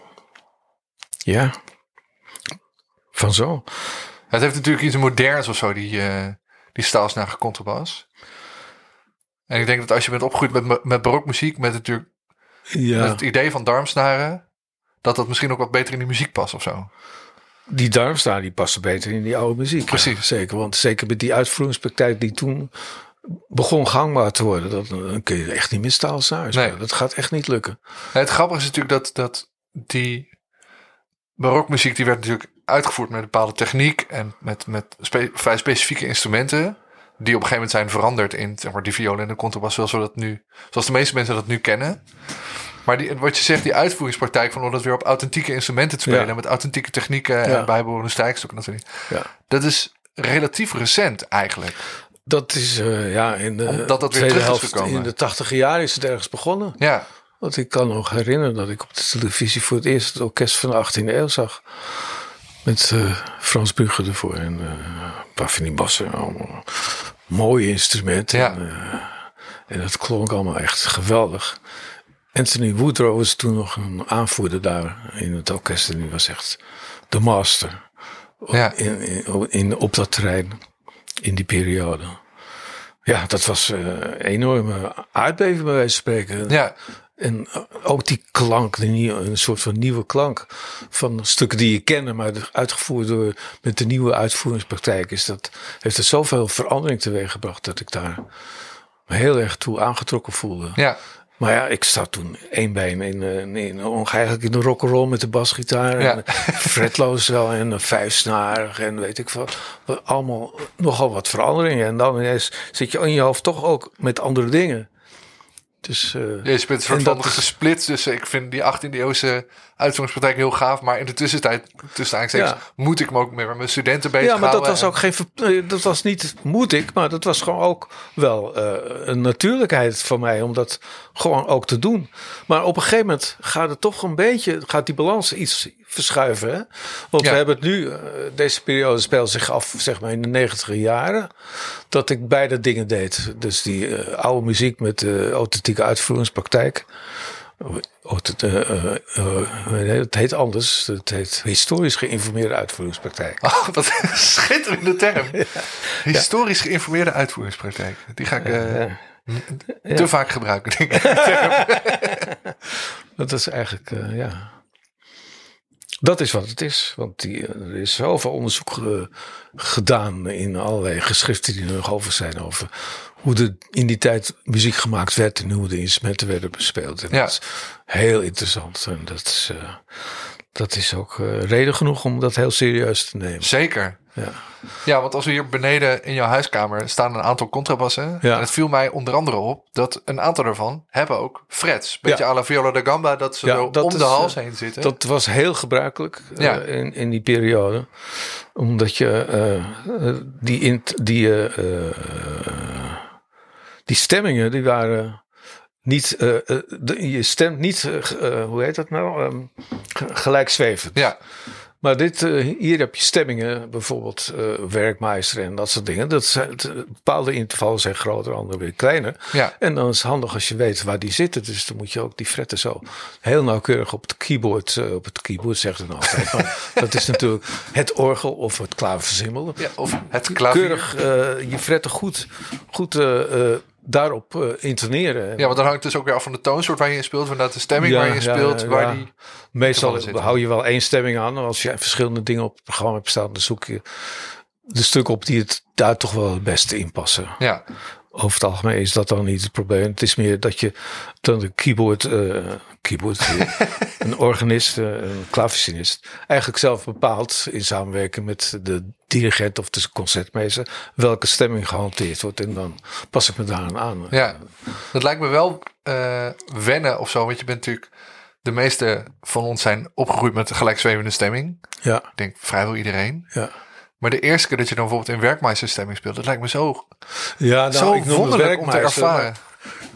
ja, van zo. Het heeft natuurlijk iets moderns of zo, die, uh, die staalsnaren contrabas. En ik denk dat als je bent opgegroeid met, met barokmuziek, met natuurlijk Ja. met het idee van darmsnaren, dat dat misschien ook wat beter in die muziek past of zo. Die darmsnaren die passen beter in die oude muziek. Precies. Ja, zeker, want zeker met die uitvoeringspraktijk die toen begon gangbaar te worden, dat, dan kun je echt niet meer staalsnaren spelen. Nee. Dat gaat echt niet lukken. Het grappige is natuurlijk dat, dat die barokmuziek, die werd natuurlijk uitgevoerd met een bepaalde techniek en met, met spe, vrij specifieke instrumenten. die op een gegeven moment zijn veranderd in zeg maar, die violen en de contrabas zoals we dat nu, zoals de meeste mensen dat nu kennen. Maar die, wat je zegt, die uitvoeringspraktijk van om dat weer op authentieke instrumenten te spelen, ja. met authentieke technieken ja. en bijbehorende strijkstokken natuurlijk. Ja. Dat is relatief recent eigenlijk. Dat is uh, ja in de Omdat dat weer tweede terug is helft gekomen. In de tachtiger jaren is het ergens begonnen. Ja. Want ik kan nog herinneren dat ik op de televisie voor het eerst het orkest van de achttiende eeuw zag. Met uh, Frans Brugge ervoor en uh, een paar van die bassen. Allemaal mooie instrumenten. Ja. En, uh, en dat klonk allemaal echt geweldig. Anthony Woodrow was toen nog een aanvoerder daar in het orkest. En die was echt de master ja. in, in, in, op dat terrein in die periode. Ja, dat was uh, een enorme aardbeving bij wijze van spreken. Ja. En ook die klank, die nieuwe, een soort van nieuwe klank van stukken die je kende, maar uitgevoerd door met de nieuwe uitvoeringspraktijk is dat, heeft er zoveel verandering teweeg gebracht dat ik daar me heel erg toe aangetrokken voelde. Ja. Maar ja, ik zat toen één been in, in, in eigenlijk in de rock'n'roll met de basgitaar. Ja. En fretloos wel en vijfsnarig en weet ik wat. Allemaal nogal wat veranderingen. En dan ineens zit je in je hoofd toch ook met andere dingen. Dus, uh, ja, je bent een soort van gesplitst. Dus ik vind die achttiende eeuwse uitvoeringspraktijk heel gaaf. Maar in de tussentijd, tussen eigenlijk ja. moet ik me ook met mijn studenten bezighouden. Ja, maar dat was en... ook geen... Dat was niet moet ik, maar dat was gewoon ook wel uh, een natuurlijkheid van mij om dat gewoon ook te doen. Maar op een gegeven moment gaat het toch een beetje... gaat die balans iets verschuiven. Hè? Want ja. we hebben het nu... Uh, deze periode speelt zich af zeg maar in de negentiger jaren. Dat ik beide dingen deed. Dus die uh, oude muziek met de uh, authentieke uitvoeringspraktijk... Oh, het, uh, uh, uh, het heet anders. Het heet historisch geïnformeerde uitvoeringspraktijk. Oh, wat een schitterende term. Ja. Historisch geïnformeerde uitvoeringspraktijk. Die ga ik uh, ja. te ja. vaak gebruiken, denk ik. Dat is eigenlijk, uh, ja... Dat is wat het is. Want die, er is zoveel onderzoek uh, gedaan in allerlei geschriften die er nog over zijn. Over hoe er in die tijd muziek gemaakt werd en hoe de instrumenten werden bespeeld. En ja. dat is heel interessant. En dat is, uh, dat is ook uh, reden genoeg om dat heel serieus te nemen. Zeker. Ja. Ja, want als we hier beneden in jouw huiskamer staan een aantal contrabassen. Ja. En het viel mij onder andere op dat een aantal daarvan hebben ook frets. Beetje ja. à la viola da gamba, dat ze ja, zo dat om is, de hals heen zitten. Dat was heel gebruikelijk ja. uh, in, in die periode. Omdat je uh, die, in, die, uh, uh, die stemmingen, die waren niet, uh, uh, de, je stemt niet, uh, hoe heet dat nou, um, gelijkzwevend. Ja. Maar dit, uh, hier heb je stemmingen, bijvoorbeeld uh, werkmeester en dat soort dingen. Dat zijn, bepaalde intervallen zijn groter, andere weer kleiner. Ja. En dan is het handig als je weet waar die zitten. Dus dan moet je ook die fretten zo heel nauwkeurig op het keyboard, uh, op het keyboard zegt het nou altijd. Maar dat is natuurlijk het orgel of het klaversymbol. Ja, of het klavier. Keurig uh, je fretten goed, goed uh, uh, daarop uh, intoneren. Ja, want dan hangt het dus ook weer af van de toonsoort waar je in speelt. Van dat de stemming ja, waar je ja, speelt. Ja, waar ja. die Meestal hou je wel één stemming aan. Als je verschillende dingen op het programma hebt staan, dan zoek je de stukken op die het daar toch wel het beste in passen. Ja. Over het algemeen is dat dan niet het probleem. Het is meer dat je dan de keyboard, uh, keyboard een organist, uh, een klavecinist, eigenlijk zelf bepaalt in samenwerking met de dirigent of de concertmeester welke stemming gehanteerd wordt. En dan pas ik me daaraan aan. Ja, dat lijkt me wel uh, wennen of zo. Want je bent natuurlijk, de meeste van ons zijn opgegroeid met een gelijkzwevende stemming. Ja. Ik denk vrijwel iedereen. Ja. Maar de eerste keer dat je dan bijvoorbeeld in werkmeesterstemming speelt, dat lijkt me zo, ja, nou, zo ik wonderlijk om te ervaren. Maar,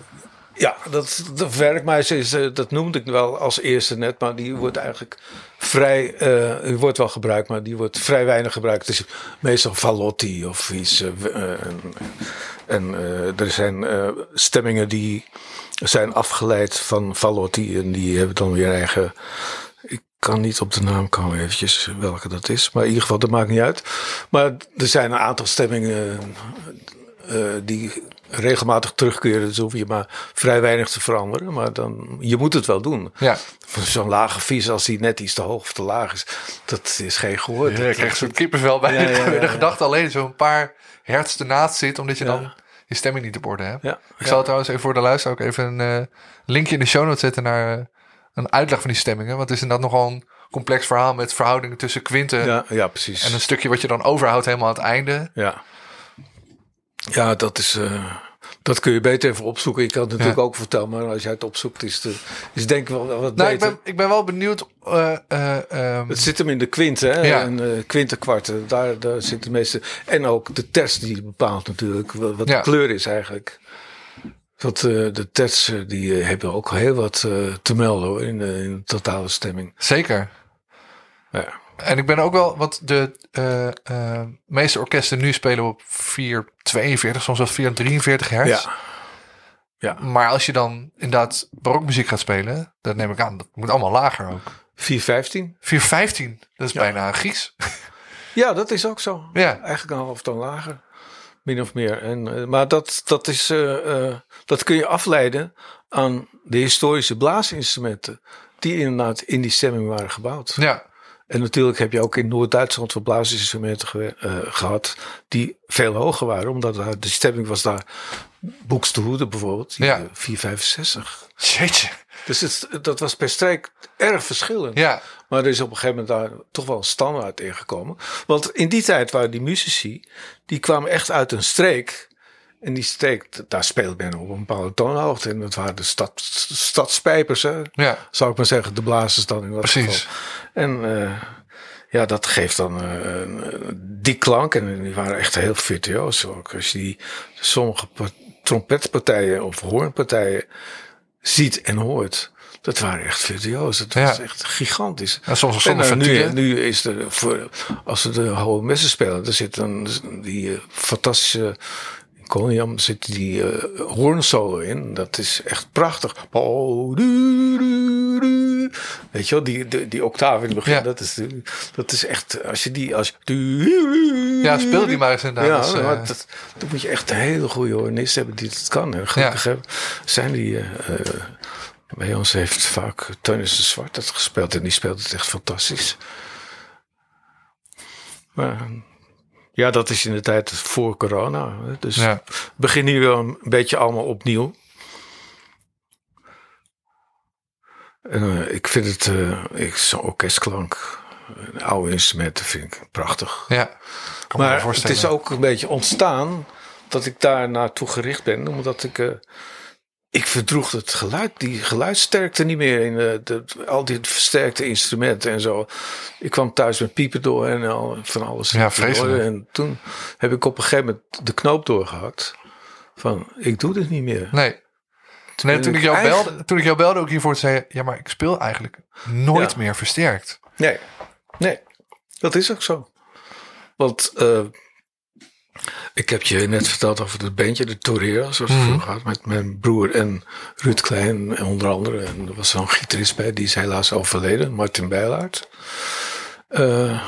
ja, dat, de werkmeester is, dat noemde ik wel als eerste net, maar die wordt eigenlijk vrij, uh, die wordt wel gebruikt, maar die wordt vrij weinig gebruikt. Het is meestal Valotti of iets. Uh, en en uh, er zijn uh, stemmingen die zijn afgeleid van Valotti en die hebben dan weer eigen... Ik kan niet op de naam komen eventjes welke dat is. Maar in ieder geval, dat maakt niet uit. Maar er zijn een aantal stemmingen uh, die regelmatig terugkeren. Dus hoef je maar vrij weinig te veranderen. Maar dan, je moet het wel doen. Ja. Zo'n lage vies, als die net iets te hoog of te laag is, dat is geen gehoor. Ja, je krijgt zo'n kippenvel bij, ja, ja, ja, ja. de gedachte alleen zo'n paar hertz ernaast zit, omdat je ja. dan je stemming niet op orde hebt. Ja. Ik ja. zal trouwens even voor de luisteraar ook even een uh, linkje in de show notes zetten naar... Uh, een uitleg van die stemmingen. Want het is inderdaad nogal een complex verhaal met verhoudingen tussen kwinten. Ja, ja, precies. En een stukje wat je dan overhoudt helemaal aan het einde. Ja. Ja, dat is... Uh, dat kun je beter even opzoeken. Ik kan het natuurlijk ja. ook vertellen, maar als jij het opzoekt, is het is denk ik wel wat nou, beter. Ik ben, ik ben wel benieuwd. Uh, uh, um... Het zit hem in de kwint, hè? Ja. En uh, kwintenkwarten, daar, daar zit de meeste... En ook de terts die bepaalt natuurlijk wat, wat ja. de kleur is eigenlijk. Want uh, de terts die uh, hebben ook heel wat uh, te melden hoor, in, de, in de totale stemming. Zeker. Ja. En ik ben ook wel, wat de uh, uh, meeste orkesten nu spelen op vier tweeënveertig, soms wel vier drieënveertig hertz. Ja. Ja. Maar als je dan inderdaad barokmuziek gaat spelen, dat neem ik aan, dat moet allemaal lager ook. vier vijftien vier vijftien, dat is ja. bijna een Grieks. Ja, dat is ook zo. Ja. Eigenlijk een half toon lager. Min of meer. En, uh, maar dat, dat, is, uh, uh, dat kun je afleiden aan de historische blaasinstrumenten die inderdaad in die stemming waren gebouwd. Ja. En natuurlijk heb je ook in Noord-Duitsland voor blaasinstrumenten ge, uh, gehad die veel hoger waren. Omdat daar, de stemming was daar Buxtehude bijvoorbeeld, die ja. vier vijfenzestig. Jeetje. Dus het, dat was per streek erg verschillend. Ja. Maar er is op een gegeven moment daar toch wel een standaard ingekomen. Want in die tijd waren die muzici, die kwamen echt uit een streek. En die streek, daar speelde men op een bepaalde toonhoogte. En dat waren de stad, stadspijpers, hè? Ja. Zou ik maar zeggen, de blazers dan in dat Precies. geval. En uh, ja, dat geeft dan uh, die klank. En die waren echt heel virtuoos ook. Als je die sommige trompetpartijen of hoornpartijen ziet en hoort, dat waren echt virtuoos. Dat was ja. echt gigantisch. Ja, soms zonder en, uh, fatigue. nu, nu is er voor, als ze de hoge messen spelen, er zit dan die uh, fantastische Koniam zit die uh, hoornsolo in. Dat is echt prachtig. Weet je wel, die, die, die octave in het begin. Ja. Dat, is, dat is echt, als je die... Als je, ja, speel die maar eens inderdaad. Ja, dus, uh, dat, dan moet je echt een hele goede hornist hebben die dat kan. En gelukkig ja. zijn die... Uh, bij ons heeft vaak Teunis de Zwart dat gespeeld. En die speelt het echt fantastisch. Maar... Ja, dat is in de tijd voor corona. Dus ja. we beginnen hier wel een beetje allemaal opnieuw. En uh, ik vind het, uh, ik, zo'n orkestklank, oude instrumenten vind ik prachtig. Ja, kan maar het is ook een beetje ontstaan dat ik daar naartoe gericht ben. Omdat ik, uh, ik verdroeg het geluid, die geluidsterkte niet meer in de, de, al die versterkte instrumenten en zo. Ik kwam thuis met piepen door en al, van alles. Ja, vreselijk. En toen heb ik op een gegeven moment de knoop doorgehakt. Van, ik doe dit niet meer. Nee. Nee, toen, ik jou eigen... belde, toen ik jou belde ook hiervoor zei, ja, maar ik speel eigenlijk nooit ja. meer versterkt. Nee, nee, dat is ook zo. Want uh, ik heb je net verteld over het bandje, de Torera, zoals het mm-hmm. vroeger had, met mijn broer en Ruud Klein, onder andere. En er was zo'n gitarist bij, die is helaas overleden, Martin Bijlaert. Uh,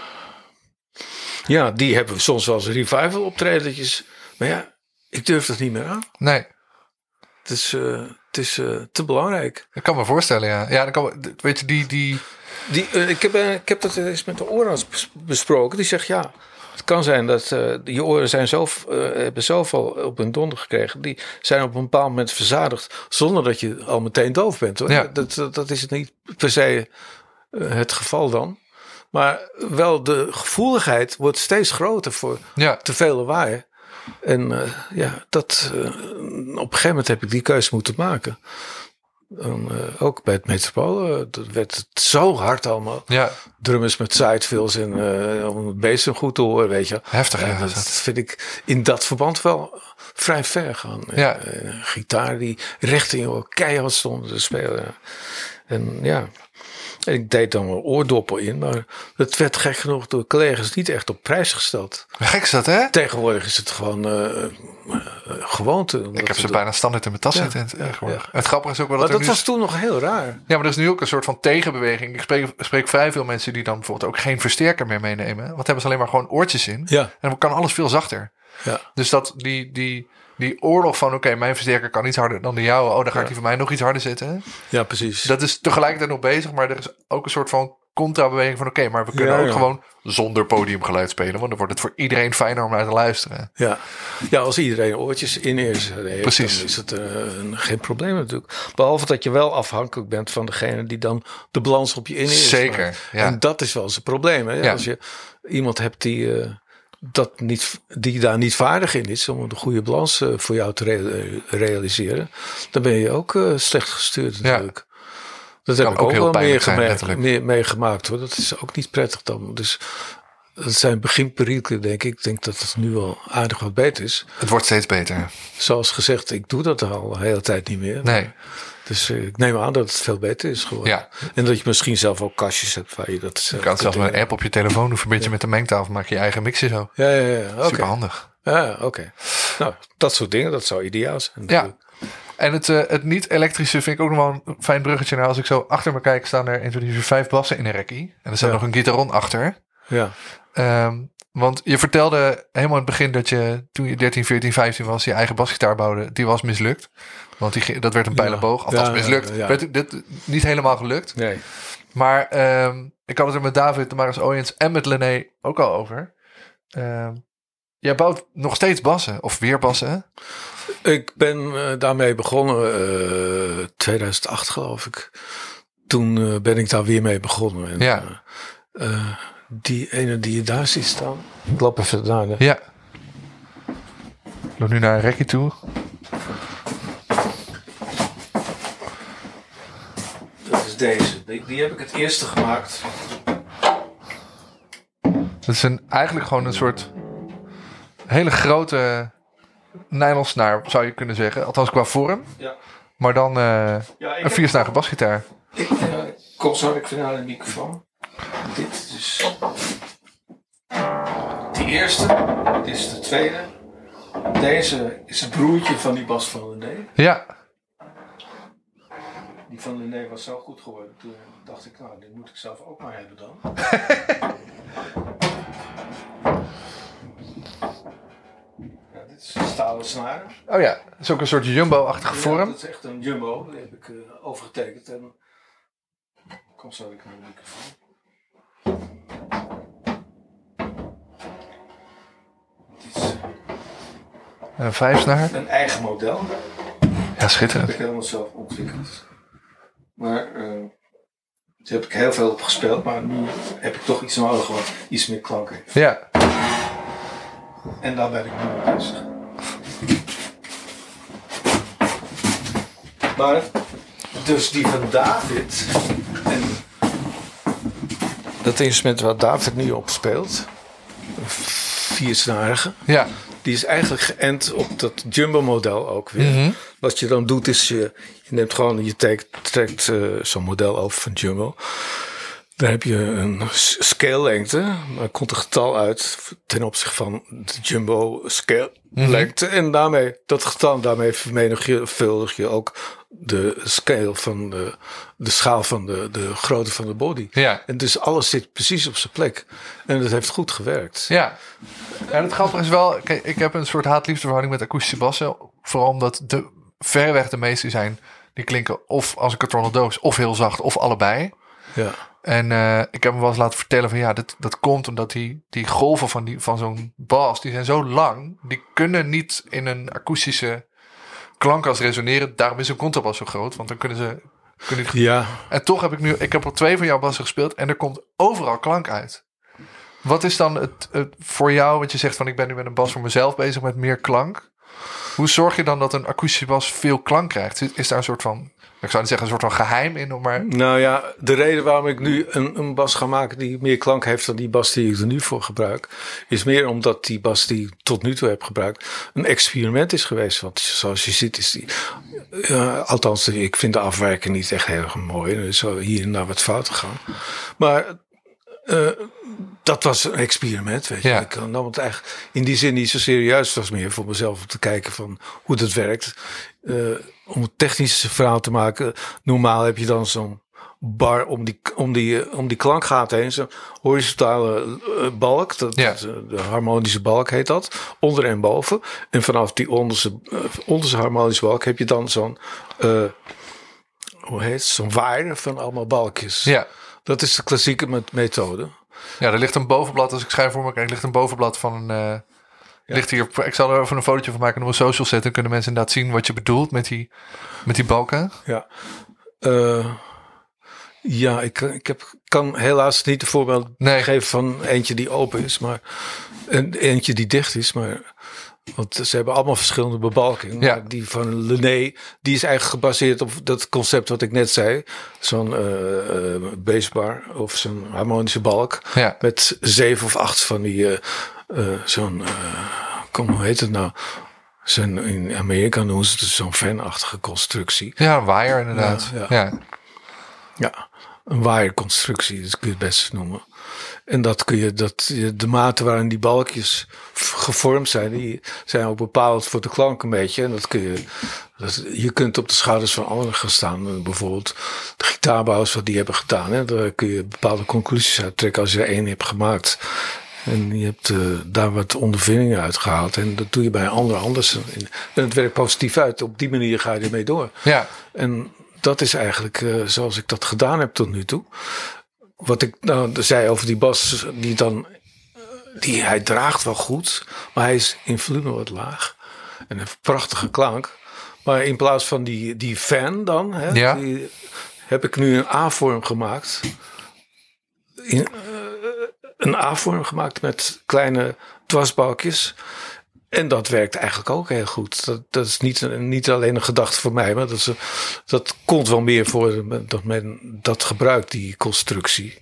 ja, die hebben soms wel eens revival optredetjes. Maar ja, ik durf dat niet meer aan. Nee. Het is, uh, het is uh, te belangrijk. Ik kan me voorstellen, ja. Ja, dan kan, weet je, die... die... die uh, ik, heb, uh, ik heb dat eens met de oorarts besproken. Die zegt, ja, het kan zijn dat uh, je oren zijn zo, uh, hebben zoveel op hun donder gekregen. Die zijn op een bepaald moment verzadigd, zonder dat je al meteen doof bent. Hoor. Ja. Dat, dat, dat is niet per se uh, het geval dan. Maar wel de gevoeligheid wordt steeds groter voor ja. te veel lawaai. En uh, ja, dat, uh, op een gegeven moment heb ik die keuze moeten maken. En, uh, ook bij het Metropool, uh, dat werd het zo hard allemaal. Ja. Drummers met sidefills en uh, om het beest goed te horen, weet je. Heftig, ja. Dat, dat vind ik in dat verband wel vrij ver gaan. Ja. En, uh, gitaar die recht in je oor keihard stonden te spelen. En ja... En ik deed dan wel oordoppen in, maar het werd gek genoeg door collega's niet echt op prijs gesteld. Gek is dat, hè? Tegenwoordig is het gewoon uh, uh, gewoonte. Ik heb ze bijna standaard in mijn tas zitten. Ja, ja, ja. Het grappige is ook wel dat maar dat nu was is... toen nog heel raar. Ja, maar er is nu ook een soort van tegenbeweging. Ik spreek, spreek vrij veel mensen die dan bijvoorbeeld ook geen versterker meer meenemen. Want hebben ze alleen maar gewoon oortjes in. Ja. En dan kan alles veel zachter. Ja. Dus dat die... die Die oorlog van, oké, okay, mijn versterker kan iets harder dan de jouwe. Oh, dan ga ik ja. die van mij nog iets harder zetten. Ja, precies. Dat is tegelijkertijd nog bezig, maar er is ook een soort van contrabeweging van, oké, okay, maar we kunnen ja, ook ja. gewoon zonder podiumgeluid spelen. Want dan wordt het voor iedereen fijner om naar te luisteren. Ja, ja als iedereen oortjes in heeft, precies. Dan is het uh, geen probleem natuurlijk. Behalve dat je wel afhankelijk bent van degene die dan de balans op je in is. Zeker, ja. En dat is wel eens een probleem. Hè? Ja. Als je iemand hebt die... Uh, dat niet, die daar niet vaardig in is om een goede balans uh, voor jou te re- realiseren, dan ben je ook uh, slecht gestuurd natuurlijk. Ja. Dat heb ik ook, ook wel meer gemerkt, meer, meegemaakt hoor. Dat is ook niet prettig dan. Dus dat zijn beginperikelen, denk ik. Ik denk dat het nu wel aardig wat beter is. Het wordt steeds beter. Zoals gezegd, ik doe dat al de hele tijd niet meer. Nee. Dus uh, ik neem aan dat het veel beter is geworden. Ja. En dat je misschien zelf ook kastjes hebt waar je dat... Je kan het zelfs met een app op je telefoon doen. Verbind je ja. met de mengtafel, maak je je eigen mixje zo. Ja, ja, ja. Okay. Super handig. Ja, oké. Okay. Nou, dat soort dingen, dat zou ideaal zijn. Ja. En het, uh, het niet-elektrische vind ik ook nog wel een fijn bruggetje. Nou, als ik zo achter me kijk, staan er in totaal vijf bassen in een rekkie. En er staat ja. nog een gitaron achter. Ja. Um, want je vertelde helemaal in het begin dat je, toen je dertien, veertien, vijftien was, je eigen basgitaar bouwde. Die was mislukt. Want die, dat werd een pijlenboog. Althans ja, mislukt. Ja. Werd dit niet helemaal gelukt. Nee. Maar um, ik had het er met David, de Maris Oyens en met Lené ook al over. Um, jij bouwt nog steeds bassen. Of weer bassen. Ik ben uh, daarmee begonnen. Uh, tweeduizend acht geloof ik. Toen uh, ben ik daar weer mee begonnen. En, ja. Uh, uh, die ene die je daar ziet staan. Ik loop even naar. Hè? Ja. Ik loop nu naar een rekkie toe. Dat is deze. Die, die heb ik het eerste gemaakt. Dat is een, eigenlijk gewoon een soort hele grote nylonsnaar, zou je kunnen zeggen. Althans qua vorm. Ja. Maar dan uh, ja, een viersnarige basgitaar. Ik uh, kom zo ik naar de microfoon. Dit is dus de eerste. Dit is de tweede. Deze is het broertje van die bas van Lené. Ja. Die van Lené was zo goed geworden. Toen dacht ik, nou, dit moet ik zelf ook maar hebben dan. Ja, dit is een stalen snaren. Oh ja, dat is ook een soort jumbo-achtige ja, vorm. Dat is echt een jumbo. Die heb ik uh, overgetekend. En kom zo ik naar de microfoon. Dit is een vijfsnaar. Een eigen model. Ja, schitterend. Dat heb ik helemaal zelf ontwikkeld. Maar uh, daar heb ik heel veel op gespeeld. Maar nu heb ik toch iets nodig wat iets meer klank heeft. Ja. En daar ben ik nu mee bezig. Maar dus die van David. En dat instrument waar David nu op speelt. Een viersnarige. Ja. Die is eigenlijk geënt op dat jumbo model ook weer. Mm-hmm. Wat je dan doet is je, je neemt gewoon, je trekt, trekt uh, zo'n model over van jumbo. Dan heb je een scale lengte. Dan komt een getal uit ten opzichte van de jumbo scale lengte. Mm-hmm. En daarmee, dat getal, daarmee vermenigvuldig je ook de scale van de, de schaal van de, de grootte van de body. Ja. En dus alles zit precies op zijn plek. En dat heeft goed gewerkt. Ja. Ja, het grappige is wel, kijk, ik heb een soort haat-liefdeverhouding met akoestische bassen. Vooral omdat de verreweg de meeste zijn, die klinken of als een kartonnen doos, of heel zacht, of allebei. Ja. En uh, ik heb me wel eens laten vertellen van ja, dat, dat komt omdat die, die golven van, die, van zo'n bas, die zijn zo lang, die kunnen niet in een akoestische klankkast resoneren. Daarom is een contrabas zo groot, want dan kunnen ze... Kunnen niet... Ja. En toch heb ik nu, ik heb al twee van jouw bassen gespeeld en er komt overal klank uit. Wat is dan het, het voor jou, want je zegt van ik ben nu met een bas voor mezelf bezig met meer klank. Hoe zorg je dan dat een akoestische bas veel klank krijgt? Is daar een soort van, ik zou niet zeggen een soort van geheim in? Maar... Nou ja, de reden waarom ik nu een, een bas ga maken die meer klank heeft dan die bas die ik er nu voor gebruik, is meer omdat die bas die ik tot nu toe heb gebruikt een experiment is geweest. Want zoals je ziet is die, uh, althans ik vind de afwerking niet echt heel erg mooi. Er is zo hier en daar wat fout gegaan. Maar uh, dat was een experiment, weet je. Ja. Ik nam het eigenlijk in die zin niet zo serieus. Het was meer voor mezelf om te kijken van hoe dat werkt. Uh, om het technische verhaal te maken. Normaal heb je dan zo'n bar om die, om die, om die klankgaten heen. Zo'n horizontale uh, balk. Dat, ja. De harmonische balk heet dat. Onder en boven. En vanaf die onderste, uh, onderste harmonische balk heb je dan zo'n... Uh, hoe heet het? Zo'n waaier van allemaal balkjes. Ja. Dat is de klassieke methode. Ja, er ligt een bovenblad, als ik schrijf voor me kijk, ligt een bovenblad van een... Uh, ja. Ligt hier, ik zal er even een fotootje van maken en op een social zetten. Dan kunnen mensen inderdaad zien wat je bedoelt met die, met die balken. Ja. Uh, Ja, ik, ik heb, kan helaas niet een voorbeeld Nee. geven van eentje die open is, maar en eentje die dicht is. Maar, want ze hebben allemaal verschillende bebalking. Ja. Maar die van Lené, die is eigenlijk gebaseerd op dat concept wat ik net zei. Zo'n uh, uh, basebar of zo'n harmonische balk. Ja. Met zeven of acht van die, uh, uh, zo'n, uh, kom, hoe heet het nou? Zijn, in Amerika noemen ze het zo'n fanachtige constructie. Ja, een waaier inderdaad. Ja, Ja, ja. ja. Ja, een waaierconstructie, dat kun je het best noemen. En dat kun je, dat, de mate waarin die balkjes gevormd zijn, die zijn ook bepaald voor de klank een beetje. En dat kun je, dat, je kunt op de schouders van anderen gaan staan. Bijvoorbeeld de gitaarbouwers wat die hebben gedaan. Hè, daar kun je bepaalde conclusies uit trekken als je er één hebt gemaakt. En je hebt uh, daar wat ondervindingen uit gehaald. En dat doe je bij een ander anders. En het werkt positief uit. Op die manier ga je ermee door. Ja. En dat is eigenlijk uh, zoals ik dat gedaan heb tot nu toe. Wat ik nou zei over die bas, die dan, die, hij draagt wel goed, maar hij is in volume wat laag. En een prachtige klank. Maar in plaats van die, die fan dan, hè, Ja. die, heb ik nu een A-vorm gemaakt. In, uh, een A-vorm gemaakt met kleine dwarsbalkjes. En dat werkt eigenlijk ook heel goed. Dat, dat is niet, niet alleen een gedachte voor mij, maar dat, is, dat komt wel meer voor dat men dat gebruikt, die constructie.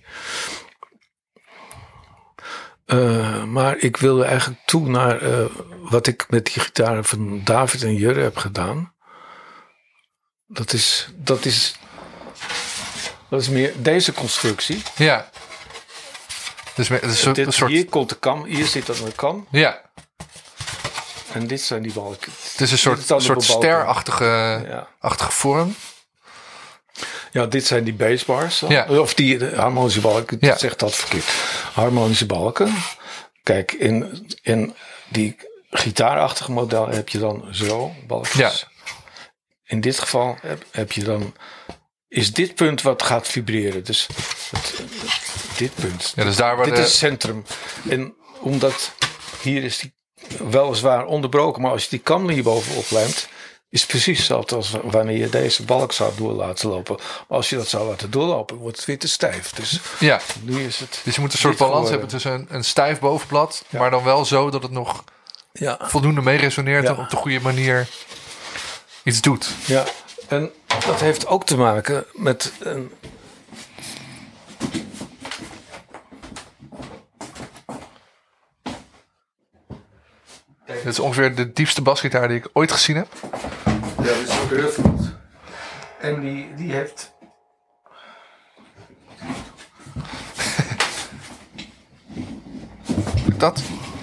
Uh, maar ik wilde eigenlijk toe naar uh, wat ik met die gitaren van David en Jurre heb gedaan. Dat is, dat is, dat is meer deze constructie. Ja. Dus het is een, Dit, een soort... Hier komt de kam, hier zit dan een kam. Ja. En dit zijn die balken. Het is een soort, soort sterachtige ja. achtige vorm. Ja, dit zijn die basebars. Ja. Of die de harmonische balken. Ik ja. zeg dat verkeerd. Harmonische balken. Kijk, in, in die gitaarachtige model heb je dan zo balkjes. Ja. In dit geval heb, heb je dan... Is dit punt wat gaat vibreren. Dus het, dit punt. Ja, dus daar waar dit de... is het centrum. En omdat hier is die weliswaar onderbroken, maar als je die kam hierbovenop lijmt, is het precies hetzelfde als wanneer je deze balk zou door laten lopen. Maar als je dat zou laten doorlopen, wordt het weer te stijf. Dus ja. nu is het. Dus je moet een soort balans geworden. hebben tussen een, een stijf bovenblad, ja. maar dan wel zo dat het nog ja. voldoende mee resoneert ja. en op de goede manier iets doet. Ja, en dat heeft ook te maken met een. Dit is ongeveer de diepste basgitaar die ik ooit gezien heb. Ja, dit is ook Rutvoort. En die, die heeft... dat?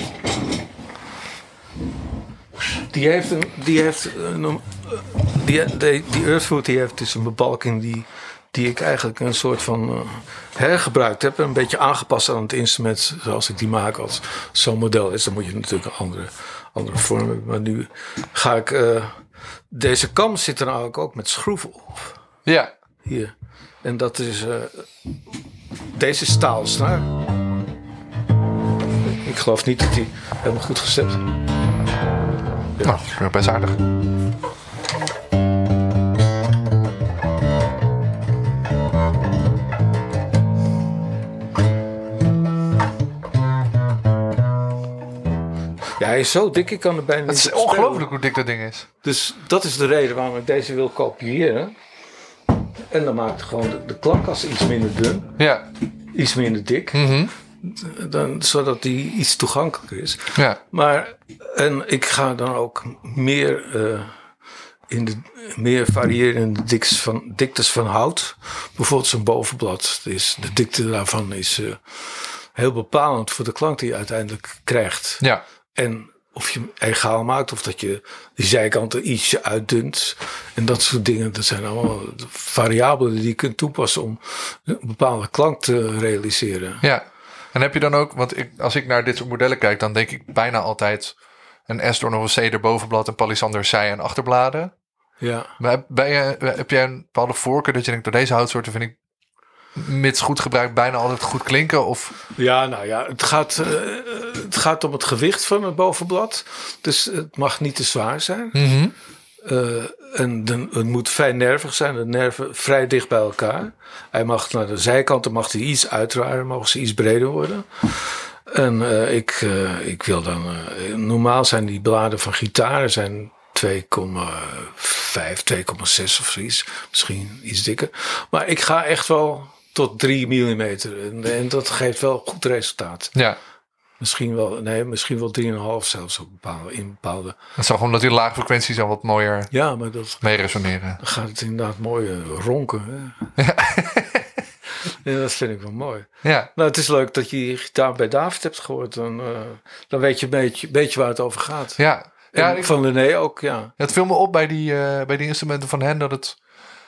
Die heeft een... Die heeft een die, die, die Earthwood die heeft dus een bebalking die, die ik eigenlijk een soort van uh, hergebruikt heb. Een beetje aangepast aan het instrument zoals ik die maak. Als zo'n model is, dan moet je natuurlijk een andere... andere vormen. Maar nu ga ik... Uh, deze kam zit er eigenlijk ook met schroeven op. Ja. Hier. En dat is... Uh, deze staalsnaar. Ik geloof niet dat die helemaal goed gezet. Ja. Nou, dat is best aardig. Ja, hij is zo dik, ik kan er bijna niet. Het is ongelooflijk hoe dik dat ding is. Dus dat is de reden waarom ik deze wil kopiëren. En dan maakt gewoon de, de klankas iets minder dun. Ja. Iets minder dik. Mm-hmm. Dan, zodat die iets toegankelijker is. Ja. Maar, en ik ga dan ook meer, uh, in de, meer variëren in de diktes van, diktes van hout. Bijvoorbeeld zo'n bovenblad. Dus de dikte daarvan is uh, heel bepalend voor de klank die je uiteindelijk krijgt. Ja. En of je hem egaal maakt of dat je die zijkanten ietsje uitdunt. En dat soort dingen. Dat zijn allemaal variabelen die je kunt toepassen om een bepaalde klank te realiseren. Ja. En heb je dan ook, want ik, als ik naar dit soort modellen kijk, dan denk ik bijna altijd een Esdorn of een Ceder bovenblad, een Palisander zij- en achterbladen. Ja. Maar ben je, heb jij een bepaalde voorkeur dat je denkt, door deze houtsoorten vind ik, mits goed gebruikt, bijna altijd goed klinken? Of? Ja, nou ja, het gaat, uh, het gaat om het gewicht van het bovenblad. Dus het mag niet te zwaar zijn. Mm-hmm. Uh, en de, het moet vrij nervig zijn, de nerven vrij dicht bij elkaar. Hij mag naar de zijkanten mag hij iets uitdraaien, mogen ze iets breder worden. En uh, ik, uh, ik wil dan... Uh, normaal zijn die bladen van gitaren zijn twee komma vijf, twee komma zes of zoiets. Misschien iets dikker. Maar ik ga echt wel tot drie millimeter. En, en dat geeft wel goed resultaat. Ja. Misschien wel, nee, misschien wel drie komma vijf zelfs op bepaalde, in bepaalde... Het is gewoon dat die lage frequenties dan wat mooier ja, maar dat, mee resoneren. Dan gaat het inderdaad mooi uh, ronken. Hè? Ja. Ja, dat vind ik wel mooi. Ja. Nou, het is leuk dat je die gitaar bij David hebt gehoord. Dan, uh, dan weet je een beetje, beetje waar het over gaat. Ja. Ja, ik, van René ook, ja. ja. Het viel me op bij die, uh, bij die instrumenten van hen dat het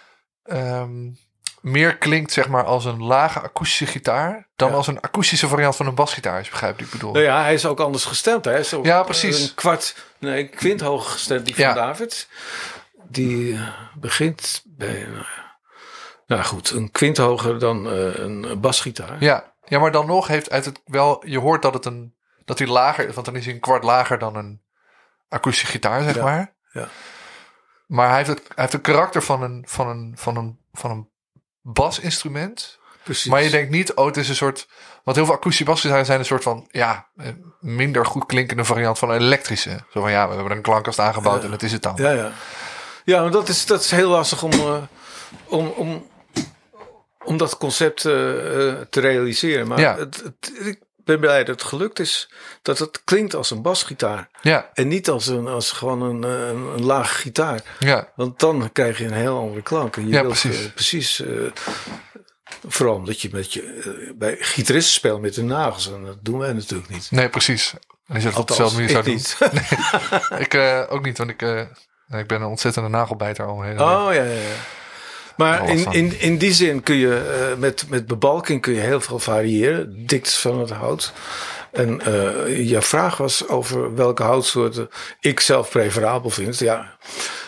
um, meer klinkt zeg maar als een lage akoestische gitaar dan ja. als een akoestische variant van een basgitaar, als je begrijpt wat ik bedoel. Nou ja, hij is ook anders gestemd. Hè? Zo, ja, precies. Een kwart, nee, een kwint hoger gestemd die van ja. David. Die uh, begint bij... Uh, Nou goed, een kwint hoger dan uh, een basgitaar. Ja. ja, maar dan nog heeft uit het wel... Je hoort dat het een... Dat hij lager is, want dan is hij een kwart lager dan een akoestische gitaar, zeg ja, maar. Ja. Maar hij heeft het, hij heeft het karakter van een, van een, van een, van een basinstrument. Precies. Maar je denkt niet, oh, het is een soort... Want heel veel akoestische basgitaren zijn een soort van... Ja, minder goed klinkende variant van een elektrische. Zo van, ja, we hebben een klankkast aangebouwd ja. en dat is het dan. Ja, ja. Ja, maar dat is, dat is heel lastig om... Uh, om, om Om dat concept uh, te realiseren. Maar ja. het, het, ik ben blij dat het gelukt is. Dat het klinkt als een basgitaar. Ja. En niet als, een, als gewoon een, een, een lage gitaar. Ja. Want dan krijg je een heel andere klank. En je ja, wilt, precies. Uh, precies uh, vooral omdat je met je... Uh, bij gitaristen speelt met de nagels. En dat doen wij natuurlijk niet. Nee, precies. En je zegt dat op dezelfde manier zou doen. Nee, ik uh, ook niet, want ik, uh, ik ben een ontzettende nagelbijter al. Heel oh, ja, ja, ja. Maar in, in, in die zin kun je uh, met, met bebalking kun je heel veel variëren. Diktes van het hout. En uh, jouw vraag was over welke houtsoorten ik zelf preferabel vind. Ja,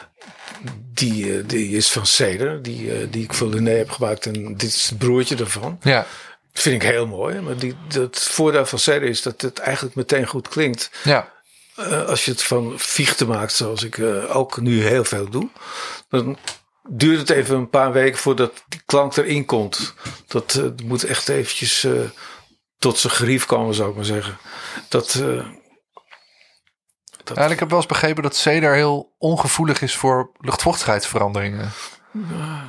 die, uh, die is van ceder. Die, uh, die ik voor René heb gemaakt. En dit is het broertje daarvan. Ja. Dat vind ik heel mooi. Maar die, het voordeel van ceder is dat het eigenlijk meteen goed klinkt. Ja. Uh, als je het van fichte maakt, zoals ik uh, ook nu heel veel doe. Dan duurt het even een paar weken voordat die klank erin komt. Dat uh, moet echt eventjes uh, tot zijn gerief komen, zou ik maar zeggen. Dat, uh, dat... Ja, ik heb wel eens begrepen dat ceder heel ongevoelig is voor luchtvochtigheidsveranderingen. Uh,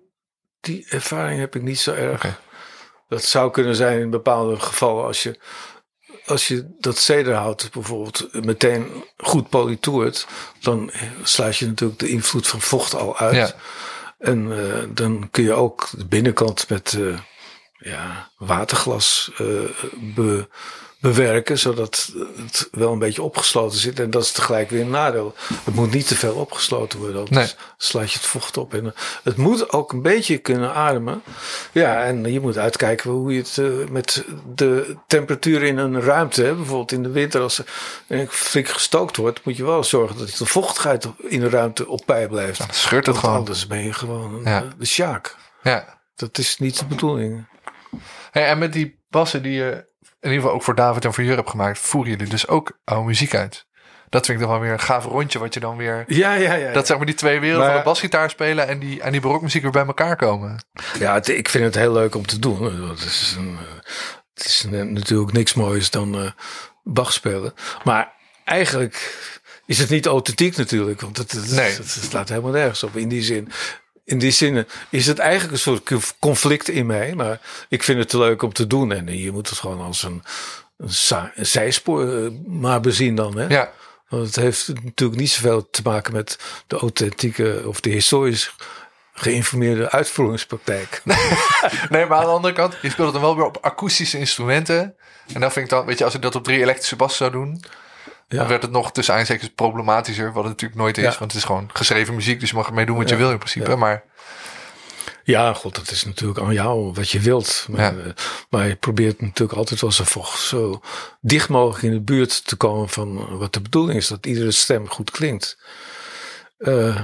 die ervaring heb ik niet zo erg. Okay. Dat zou kunnen zijn in bepaalde gevallen als je... Als je dat cederhout bijvoorbeeld meteen goed politoert, dan sluit je natuurlijk de invloed van vocht al uit. Ja. En uh, dan kun je ook de binnenkant met uh, ja, waterglas uh, be, bewerken, zodat het wel een beetje opgesloten zit. En dat is tegelijk weer een nadeel. Het moet niet te veel opgesloten worden, anders nee. sluit je het vocht op. En uh, het moet ook een beetje kunnen ademen. Ja, en je moet uitkijken hoe je het uh, met de temperatuur in een ruimte, hè, bijvoorbeeld in de winter, als er flink gestookt wordt, moet je wel zorgen dat de vochtigheid in de ruimte op peil blijft. Ja, scheurt het gewoon. Anders ben je gewoon een, ja. uh, de sjaak. Ja. Dat is niet de bedoeling. Hey, en met die bassen die je in ieder geval ook voor David en voor Jur hebt gemaakt, voeren jullie dus ook oude muziek uit. Dat vind ik dan wel weer een gaaf rondje, wat je dan weer... Ja, ja, ja. Dat zeg maar die twee werelden maar, van de basgitaar spelen en die, en die barokmuziek weer bij elkaar komen. Ja, het, ik vind het heel leuk om te doen. Het is, een, het is een, natuurlijk niks moois dan uh, Bach spelen. Maar eigenlijk is het niet authentiek natuurlijk, want het, het, nee. het, het slaat helemaal nergens op in die zin. In die zin is het eigenlijk een soort conflict in mij. Maar ik vind het te leuk om te doen. En je moet het gewoon als een, een, sa- een zijspoor maar bezien dan. Hè? Ja. Want het heeft natuurlijk niet zoveel te maken met de authentieke of de historisch geïnformeerde uitvoeringspraktijk. Nee, maar aan de andere kant, je speelt het dan wel weer op akoestische instrumenten. En dan vind ik dan, weet je, als ik dat op drie elektrische bassen zou doen, ja. dan werd het nog tussen aanstekens problematischer, wat het natuurlijk nooit is. Ja. Want het is gewoon geschreven muziek, dus je mag ermee doen wat ja. je wil in principe. Ja. Maar ja, god, dat is natuurlijk aan jou wat je wilt. Maar, ja. maar je probeert natuurlijk altijd wel zo, zo dicht mogelijk in de buurt te komen van wat de bedoeling is. Dat iedere stem goed klinkt. Uh,